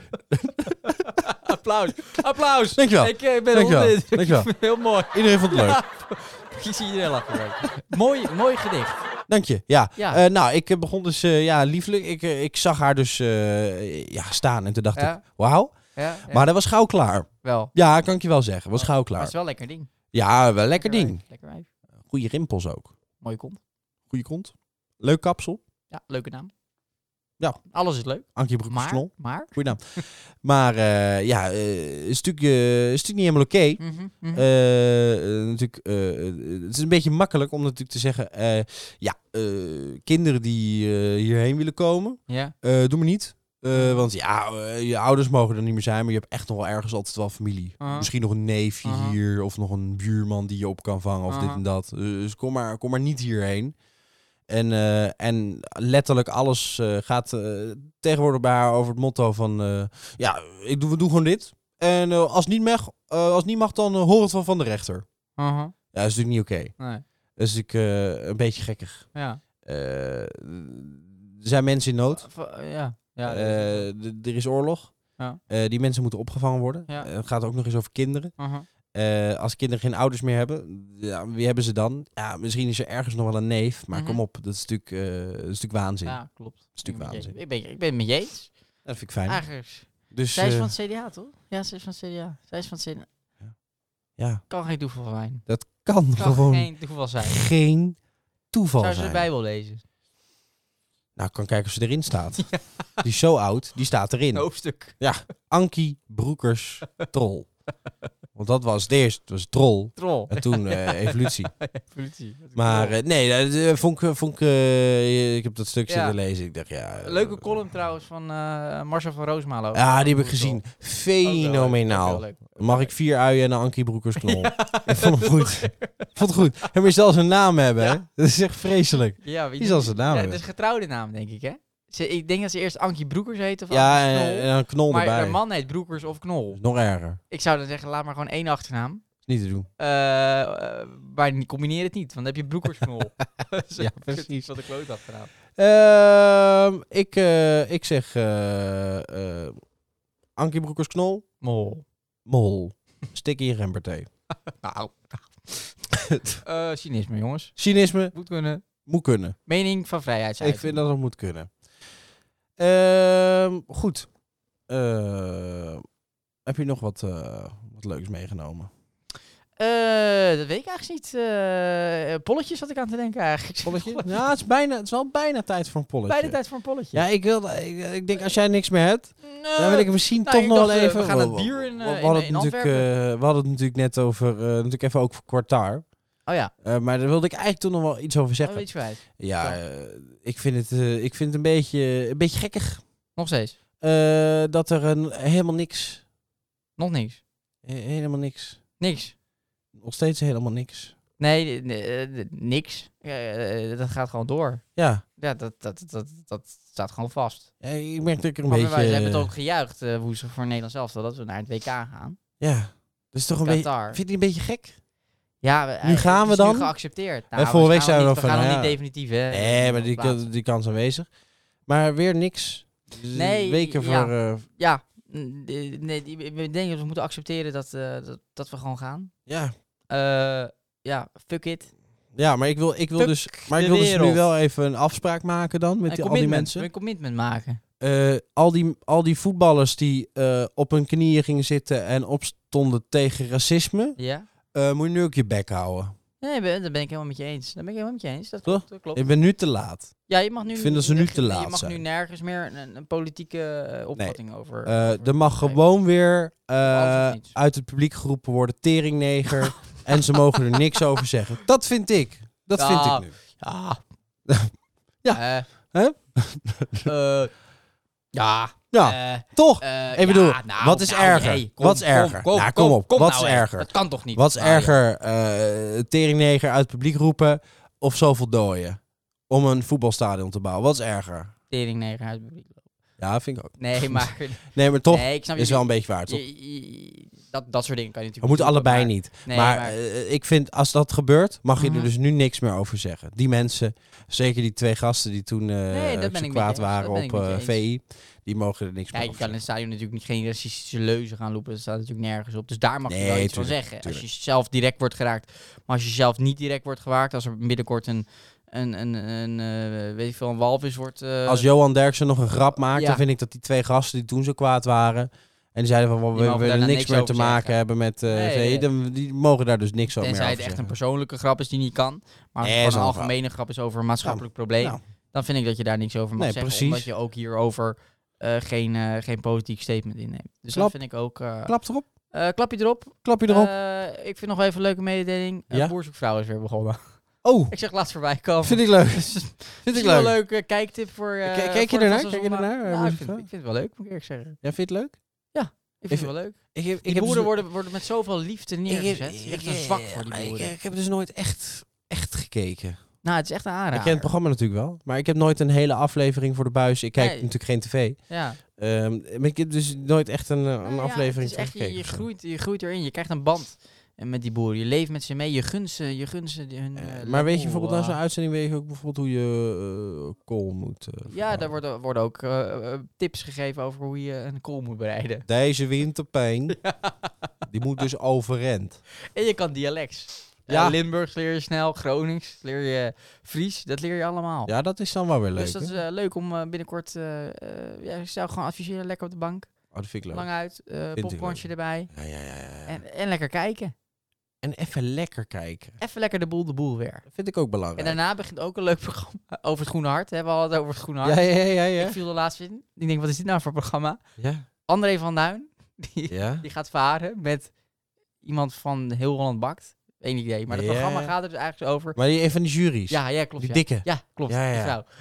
Applaus. Applaus. Dankjewel. Ik uh, ben Dankjewel. onder de indruk. Dankjewel. Heel mooi. Iedereen vond het leuk. Ik zie iedereen lachen. mooi, mooi gedicht. Dank je. Ja. Ja. Eh, nou, ik eh, begon dus, uh, ja, lieflijk. Ik, uh, ik zag haar dus uh, ja, staan en toen dacht Ja. ik, wauw. Ja, ja. Maar dat was gauw klaar. Wel. Ja, kan ik je wel zeggen. Was gauw Maar klaar. het is wel een lekker ding. Ja, wel lekker wijf. ding. Lekker wijf. Goeie rimpels ook. Mooie kont. Goeie kont. Leuk kapsel. Ja, leuke naam. Ja. Alles is leuk. Ankie Broekers Maar, knol. maar. Goeie naam. Maar uh, ja, uh, een stukje, een stuk niet helemaal oké. Mhm, mhm. Uh, uh, natuurlijk, uh, het is een beetje makkelijk om natuurlijk te zeggen, uh, ja, uh, kinderen die uh, hierheen willen komen, ja. uh, doe maar niet. Uh, want ja, uh, je ouders mogen er niet meer zijn, maar je hebt echt nog wel ergens altijd wel familie. Uh-huh. Misschien nog een neefje Uh-huh. hier of nog een buurman die je op kan vangen of Uh-huh. dit en dat. Dus kom maar, kom maar niet hierheen. En, uh, en letterlijk alles uh, gaat uh, tegenwoordig bij haar over het motto van... Uh, ja, ik doe, we doen gewoon dit. En uh, als, het niet mag, uh, als het niet mag, dan uh, hoor het wel van de rechter. Uh-huh. Ja, dat is natuurlijk niet oké. Okay. Nee. Dat is natuurlijk uh, een beetje gekkig. Ja. Uh, er zijn mensen in nood. V- ja. Ja. Uh, d- er is oorlog. Ja. Uh, die mensen moeten opgevangen worden. Ja. Uh, het gaat ook nog eens over kinderen. Uh-huh. Uh, als kinderen geen ouders meer hebben, ja, wie hebben ze dan? Ja, misschien is er ergens nog wel een neef, maar Mhm. kom op, dat is natuurlijk, uh, dat is natuurlijk waanzin. Ja, klopt. Dat is natuurlijk Ik ben waanzin. met je- Ik ben, ik ben het met je eens. Dat vind ik fijn. Eigenlijk. Dus, Zij is uh, van het C D A, toch? Ja, zij is van het C D A. Zij is van het C D A. ja, Kan geen toeval zijn. dat kan, Kan gewoon geen toeval zijn. geen toeval Zou ze zijn. de Bijbel lezen? Nou, ik kan kijken of ze erin staat. Die is zo oud, die staat erin. Hoofdstuk. Ja, Ankie Broekers Troll. Want dat was het eerst. Het was Troll. Troll. En toen uh, Evolutie. Evolutie. Dat is Maar cool. uh, nee, dat uh, vond ik... Vond ik, uh, ik heb dat stuk Ja. zitten lezen. Ik dacht, ja... Uh, Leuke column trouwens van uh, Marcel van Roosmalen. Ja, die heb ik gezien. Fenomenaal. Mag ik vier uien en een Ankie Broekersknol? Ik vond hem goed. Ik vond het goed. Hij moet zelfs een naam hebben, hè? Dat is echt vreselijk. Ja, wie Die zal zijn naam ja, hebben. het is een getrouwde naam, denk ik, hè? Ze, ik denk dat ze eerst Ankie Broekers heette. Of Ja, Ankie en, Knol. en een knol maar erbij. een man heet Broekers of Knol. Nog erger. Ik zou dan zeggen, laat maar gewoon één achternaam. Is niet te doen. Uh, uh, maar combineer het niet, want dan heb je Broekersknol. Ja, precies. Wat de kloot achternaam. Ehm ik, uh, ik zeg uh, uh, Ankie Broekersknol. Mol. Mol. Stik in je gemberthee. Nou. uh, cynisme, jongens. Cynisme Moet kunnen. moet kunnen. Mening van vrijheid. Ik vind dat het moet kunnen. Ehm goed. Uh, heb je nog wat, uh, wat leuks meegenomen? Uh, dat weet ik eigenlijk niet. Uh, polletjes had ik aan te denken eigenlijk. Polletje? Ja, het is, bijna, het is wel bijna tijd voor een polletje. Bijna tijd voor een polletje. Ja, ik, wil, ik, ik denk als jij niks meer hebt, Uh, dan wil ik misschien nou, toch ik nog dacht, wel uh, even... we gaan het bier in, uh, we, in- hadden in het natuurlijk, Antwerpen. uh, we hadden het natuurlijk net over, uh, natuurlijk even ook voor Quartaar. Oh ja, Uh, maar daar wilde ik eigenlijk toch nog wel iets over oh, zeggen. iets kwijt. Ja, uh, ik vind het, uh, ik vind het een, beetje, een beetje gekkig Nog steeds. uh, dat er een, helemaal niks... Nog niks. he- helemaal niks... Niks. Nog steeds helemaal niks. Nee, n- n- n- niks. Uh, dat gaat gewoon door. Ja, Ja, dat, dat, dat, dat staat gewoon vast. ja ik merk dat ik er een Maar beetje... wij ze hebben het ook gejuicht uh, woensdag voor Nederland zelf, dat we naar het W K gaan. Ja, dat is toch een beetje... Qatar. Vind je die een beetje gek? Ja, we, Nu gaan het we is dan? Nu geaccepteerd. En vorige week gaan zeiden we niet, van, we gaan nou nog ja. niet definitief, hè? Nee, maar die, Plaats. die kans aanwezig. Maar weer niks. Dus Nee, Weken ja. voor... uh, Ja, mm, eh, nee, die- we denken dat we moeten accepteren dat, uh, dat, dat we gewoon gaan. ja. Uh, ja, fuck it. ja, maar ik wil, ik wil Fuck dus... Maar ik de wil dus nu wereld. wel even een afspraak maken dan met Een die, al die commitment, mensen. Een commitment maken. Uh, al, die, al die voetballers die uh, op hun knieën gingen zitten en opstonden tegen racisme, Ja? uh, moet je nu ook je bek houden. Nee, ben- dat ben ik helemaal met je eens. Dat ben ik helemaal met je eens. Dat Toch? klopt. Dat klopt. Ik ben nu te laat. Ja, je mag nu... Ik vind dat ze nu te je laat mag zijn. nu nergens meer een, een politieke uh, opvatting over... Uh, over- er mag Nee. gewoon weer uh, Alles of niets. uit het publiek geroepen worden teringneger en ze mogen er niks over zeggen. Dat vind ik. Dat Ja. vind ik nu. Ja. Ja. Uh, Hè? uh, ja. Ja, Uh, toch? uh, Ik bedoel, ja, nou, wat is nou, erger? nee, kom, Wat is kom, erger? Kom, Nou, kom kom, op. kom Wat nou, is hè. erger? Dat kan toch niet? Wat is Nou, ja. erger? Uh, teringneger uit het publiek roepen of zoveel dooien om een voetbalstadion te bouwen? Wat is erger? Teringneger uit het publiek. Ja, vind ik ook. Nee, maar... Nee, maar toch nee, ik snap is je- wel een beetje waar, toch? je- je- dat, dat soort dingen kan je We natuurlijk moeten niet allebei roepen, niet. Nee, maar maar- uh, ik vind, als dat gebeurt, mag je Mhm. er dus nu niks meer over zeggen. Die mensen, zeker die twee gasten die toen uh, Nee, dat ben zo ik met kwaad je eens. waren Dat ben op ik met uh, je V eens. I, die mogen er niks Ja, meer je over kan in het zeggen. stadion natuurlijk niet geen racistische leuzen gaan lopen. Dat staat natuurlijk nergens op. Dus daar mag je Nee, wel iets van tuurlijk, zeggen. tuurlijk. Als je zelf direct wordt geraakt. Maar als je zelf niet direct wordt geraakt. Als er binnenkort een, een, een, een uh, weet ik veel, een walvis wordt... Uh, Als Johan Derksen nog een grap maakt, Ja. dan vind ik dat die twee gasten die toen zo kwaad waren en die zeiden van well, Die we mogen willen daar niks niks meer over te maken zeggen. hebben met uh, Nee, V I, nee. dan, die mogen daar dus niks over meer tenzij over het echt een zeggen. persoonlijke grap is die niet kan. Maar als Nee, het is gewoon een wel algemene grap is over een maatschappelijk probleem. Nou, Dan vind ik dat je daar niks over mag Nee, zeggen. precies. Omdat je ook hierover uh, geen, uh, geen politiek statement inneemt. Dus Klap. dat vind ik ook... Uh, klap erop, uh, klap je erop. klap je erop. Uh, ik vind nog wel even een leuke mededeling. Uh, Ja? Boerzoekvrouw is weer begonnen. oh, Ik zeg laatst voorbij komen. vind ik leuk. Dus Vind ik misschien wel leuk. een leuke kijktip voor... Uh, Kijk- kijk je voor de ernaar? vaste Kijk je zondag. ernaar, uh, Nou, ik, vind, Boerzoekvrouw? ik vind het wel leuk, moet ik eerlijk zeggen. Ja, vind je het leuk? Ik vind Ik het wel leuk. Ik heb, Die ik boeren heb worden, worden met zoveel liefde neergezet. Je hebt echt een zwak voor die maar ik, boeren. ik heb dus nooit echt, echt gekeken. Nou, het is echt een aanrader. Ik ken het programma natuurlijk wel, maar ik heb nooit een hele aflevering voor de buis. Ik kijk Nee. natuurlijk geen tv. Ja. Um, maar ik heb dus nooit echt een, een Nou ja, aflevering het is echt, van je, gekeken. je, of zo. groeit, je groeit erin. Je krijgt een band en met die boeren. Je leeft met ze mee. Je gunt ze, je gunt ze die- hun... Eh, eh, maar weet je level, bijvoorbeeld na zo'n eh, uitzending weet je ook bijvoorbeeld hoe je uh, kool moet uh, Ja, vervangen. daar worden, worden ook uh, uh, tips gegeven over hoe je een kool moet bereiden. Deze winterpijn, die moet dus overend. En je kan dialects. Ja. Ja. Limburgs leer je snel, Gronings leer je Fries, dat leer je allemaal. Ja, dat is dan wel weer leuk. dus dat is hè? uh, leuk om uh, binnenkort, uh, uh, ja, ik zou gewoon adviseren, lekker op de bank, Oh, dat vind ik leuk. lang uit, uh, ik popcornje leuk. erbij Ja, ja, ja, ja, ja. en, en lekker kijken. En even lekker kijken. Even lekker de boel de boel weer. Dat vind ik ook belangrijk. En daarna begint ook een leuk programma over het Groene Hart. Hè? We hadden het over het Groene Hart. Ja, ja, ja, ja. Ik viel er laatst in. Ik denk, wat is dit nou voor programma? Ja, André van Duin, die, ja. die gaat varen met iemand van Heel Holland Bakt. Eén idee. Maar het Ja. programma gaat er dus eigenlijk zo over. Maar die een van die juries. Ja, ja, klopt. Die ja. dikke. Ja, klopt. Ja, Die ja. vrouw.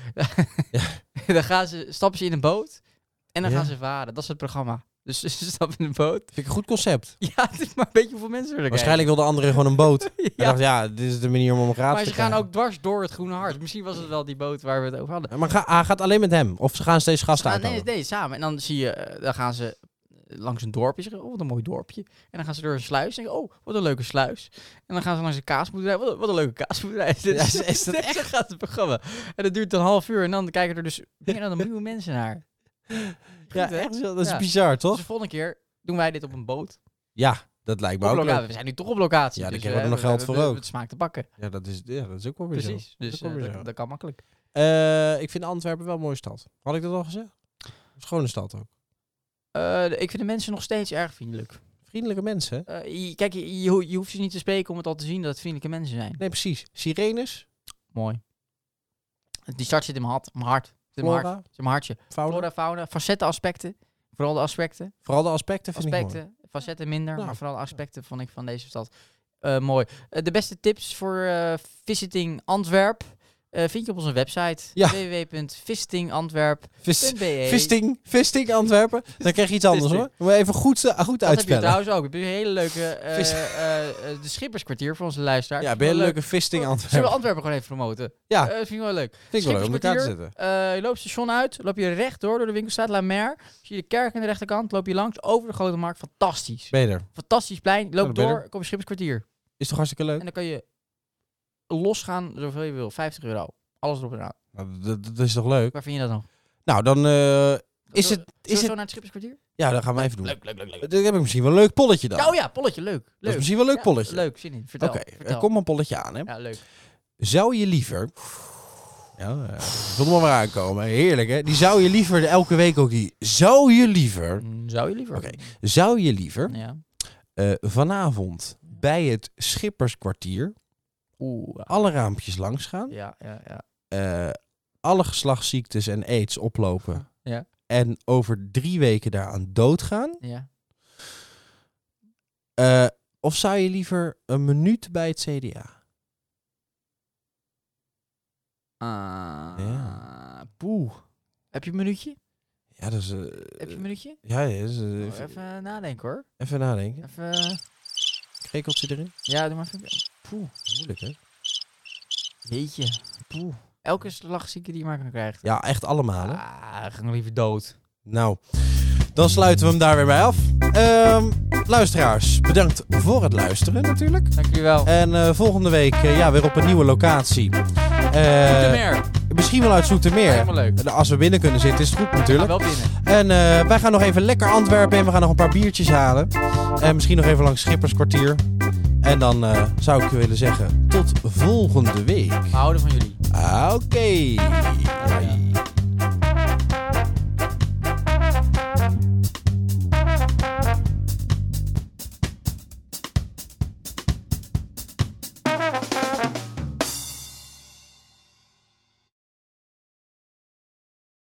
Dan gaan ze, stappen ze in een boot en dan Ja. gaan ze varen. Dat is het programma. Dus ze stappen in een boot. Vind ik een goed concept. Ja, het is maar een beetje hoeveel mensen er Waarschijnlijk wilde anderen gewoon een boot. En Ja. dacht, ja, dit is de manier om hem gratis Maar te ze gaan krijgen. ook dwars door het Groene Hart. Misschien was het wel die boot waar we het over hadden. Maar ga, hij gaat alleen met hem? Of ze gaan steeds gasten Ah, uitnodigen? nee, nee, samen. En dan zie je, eh, dan gaan ze langs een dorpje. Zeggen, oh, wat een mooi dorpje. En dan gaan ze door een sluis. En denken, oh, wat een leuke sluis. En dan gaan ze langs een kaasboerderij. Wat, wat een leuke kaasboerderij. Ja, is- is dat echt? Zo gaat het programma. En dat duurt een half uur. En dan kijken er dus meer dan een miljoen mensen naar. Ja, Goed, hè? echt zo. Dat is Ja. bizar, Dus toch? de volgende keer doen wij dit op een boot. Ja, dat lijkt me Op ook locatie. leuk. We zijn nu toch op locatie. Ja, dan dus, krijgen we eh, er nog geld voor we- we- ook. Het smaak te pakken. Ja, dat is, ja, dat is ook wel weer Precies. zo. Dus Dat is ook eh, weer dat, zo. dat kan makkelijk. Eh, ik vind Antwerpen wel een mooie stad. Had ik dat al gezegd? Schone stad ook. Eh, ik vind de mensen nog steeds erg vriendelijk. Vriendelijke mensen. Eh, je- kijk, je, je, ho- je hoeft ze niet te spreken om het al te zien dat het vriendelijke mensen zijn. Nee, precies. Sirenes, Mooi. Die start zit in mijn hart. Mijn hart. Zit in mijn hart. flora, Zit in mijn hartje. fauna. Flora, fauna, facetten, aspecten. Vooral de aspecten. Vooral de aspecten vind ik mooi. Aspecten, facetten minder, Nou. maar vooral de aspecten vond ik van deze stad eh, mooi. Eh, de beste tips voor eh, visiting Antwerp eh, vind je op onze website. Ja. w w w punt visiting antwerp punt b e. Vis, Visting, Visting Antwerpen. Dan krijg je iets anders Visting. hoor. Moet je even goed, uh, goed Dat heb je uitspellen. trouwens ook. Heb je een hele leuke eh, Vis- eh, eh, de Schipperskwartier voor onze luisteraars. Ja, ben je een Wel leuke Visting leuk. Zullen we Antwerpen? Antwerpen gewoon even promoten? Ja, Eh, dat vind ik wel leuk. vind ik wel leuk om elkaar te zetten. Eh, je loopt het station uit, loop je rechtdoor door de winkelstraat La Mer. Zie je de kerk aan de rechterkant, loop je langs over de Grote Markt. Fantastisch. Beter. Fantastisch plein. Loop dat ben je door, er. kom je Schipperskwartier. Is toch hartstikke leuk? En dan kan je losgaan zoveel je wil. vijftig euro. Alles erop en aan. Nou, dat, dat is toch leuk? Waar vind je dat nog? Nou, dan uh, is het... Zullen we Is zo het naar het Schipperskwartier? ja, dat gaan we even doen. Leuk, leuk, leuk. leuk. Dan heb ik misschien wel een leuk polletje dan. Ja, oh ja, polletje. Leuk. Dat leuk. is misschien wel een leuk Ja, polletje. leuk, zin in. Vertel. Oké, vertel. er komt een polletje aan hè. Ja, leuk. Zou je liever... Ja, uh, zal er maar maar aankomen. Heerlijk hè. Die zou je liever elke week ook die... Zou je liever... Mm, Zou je liever? Oké. Zou je liever Ja. uh, vanavond bij het Schipperskwartier Oeh. alle raampjes langs gaan, Ja, ja, ja. uh, alle geslachtsziektes en aids oplopen Ja. en over drie weken daaraan doodgaan? Ja. Uh, of zou je liever een minuut bij het C D A? Ah. Ja. Poeh. Heb je een minuutje? Ja, dat is... Uh, Heb je een minuutje? ja, ja, dat is, uh, Oh, even, even nadenken hoor. even nadenken. Even... Krekeltje erin. Ja, doe maar even. Poeh. Moeilijk hè? Jeetje. Poeh. Elke slagzieke die je maar kan krijgen. Ja, echt allemaal hè? Ah, ga nog liever dood. Nou, dan sluiten we hem daar weer bij af. Ehm, luisteraars, bedankt voor het luisteren natuurlijk. Dank jullie wel. En uh, volgende week uh, ja, weer op een nieuwe locatie. Uh, Zoetermeer. Misschien wel uit Zoetermeer. Helemaal leuk. Uh, Als we binnen kunnen zitten is het goed Ja, natuurlijk. wel binnen. En uh, wij gaan nog even lekker Antwerpen in. We gaan nog een paar biertjes halen. En misschien nog even langs Schipperskwartier. En dan uh, zou ik willen zeggen tot volgende week. We houden van jullie. Oké. Okay.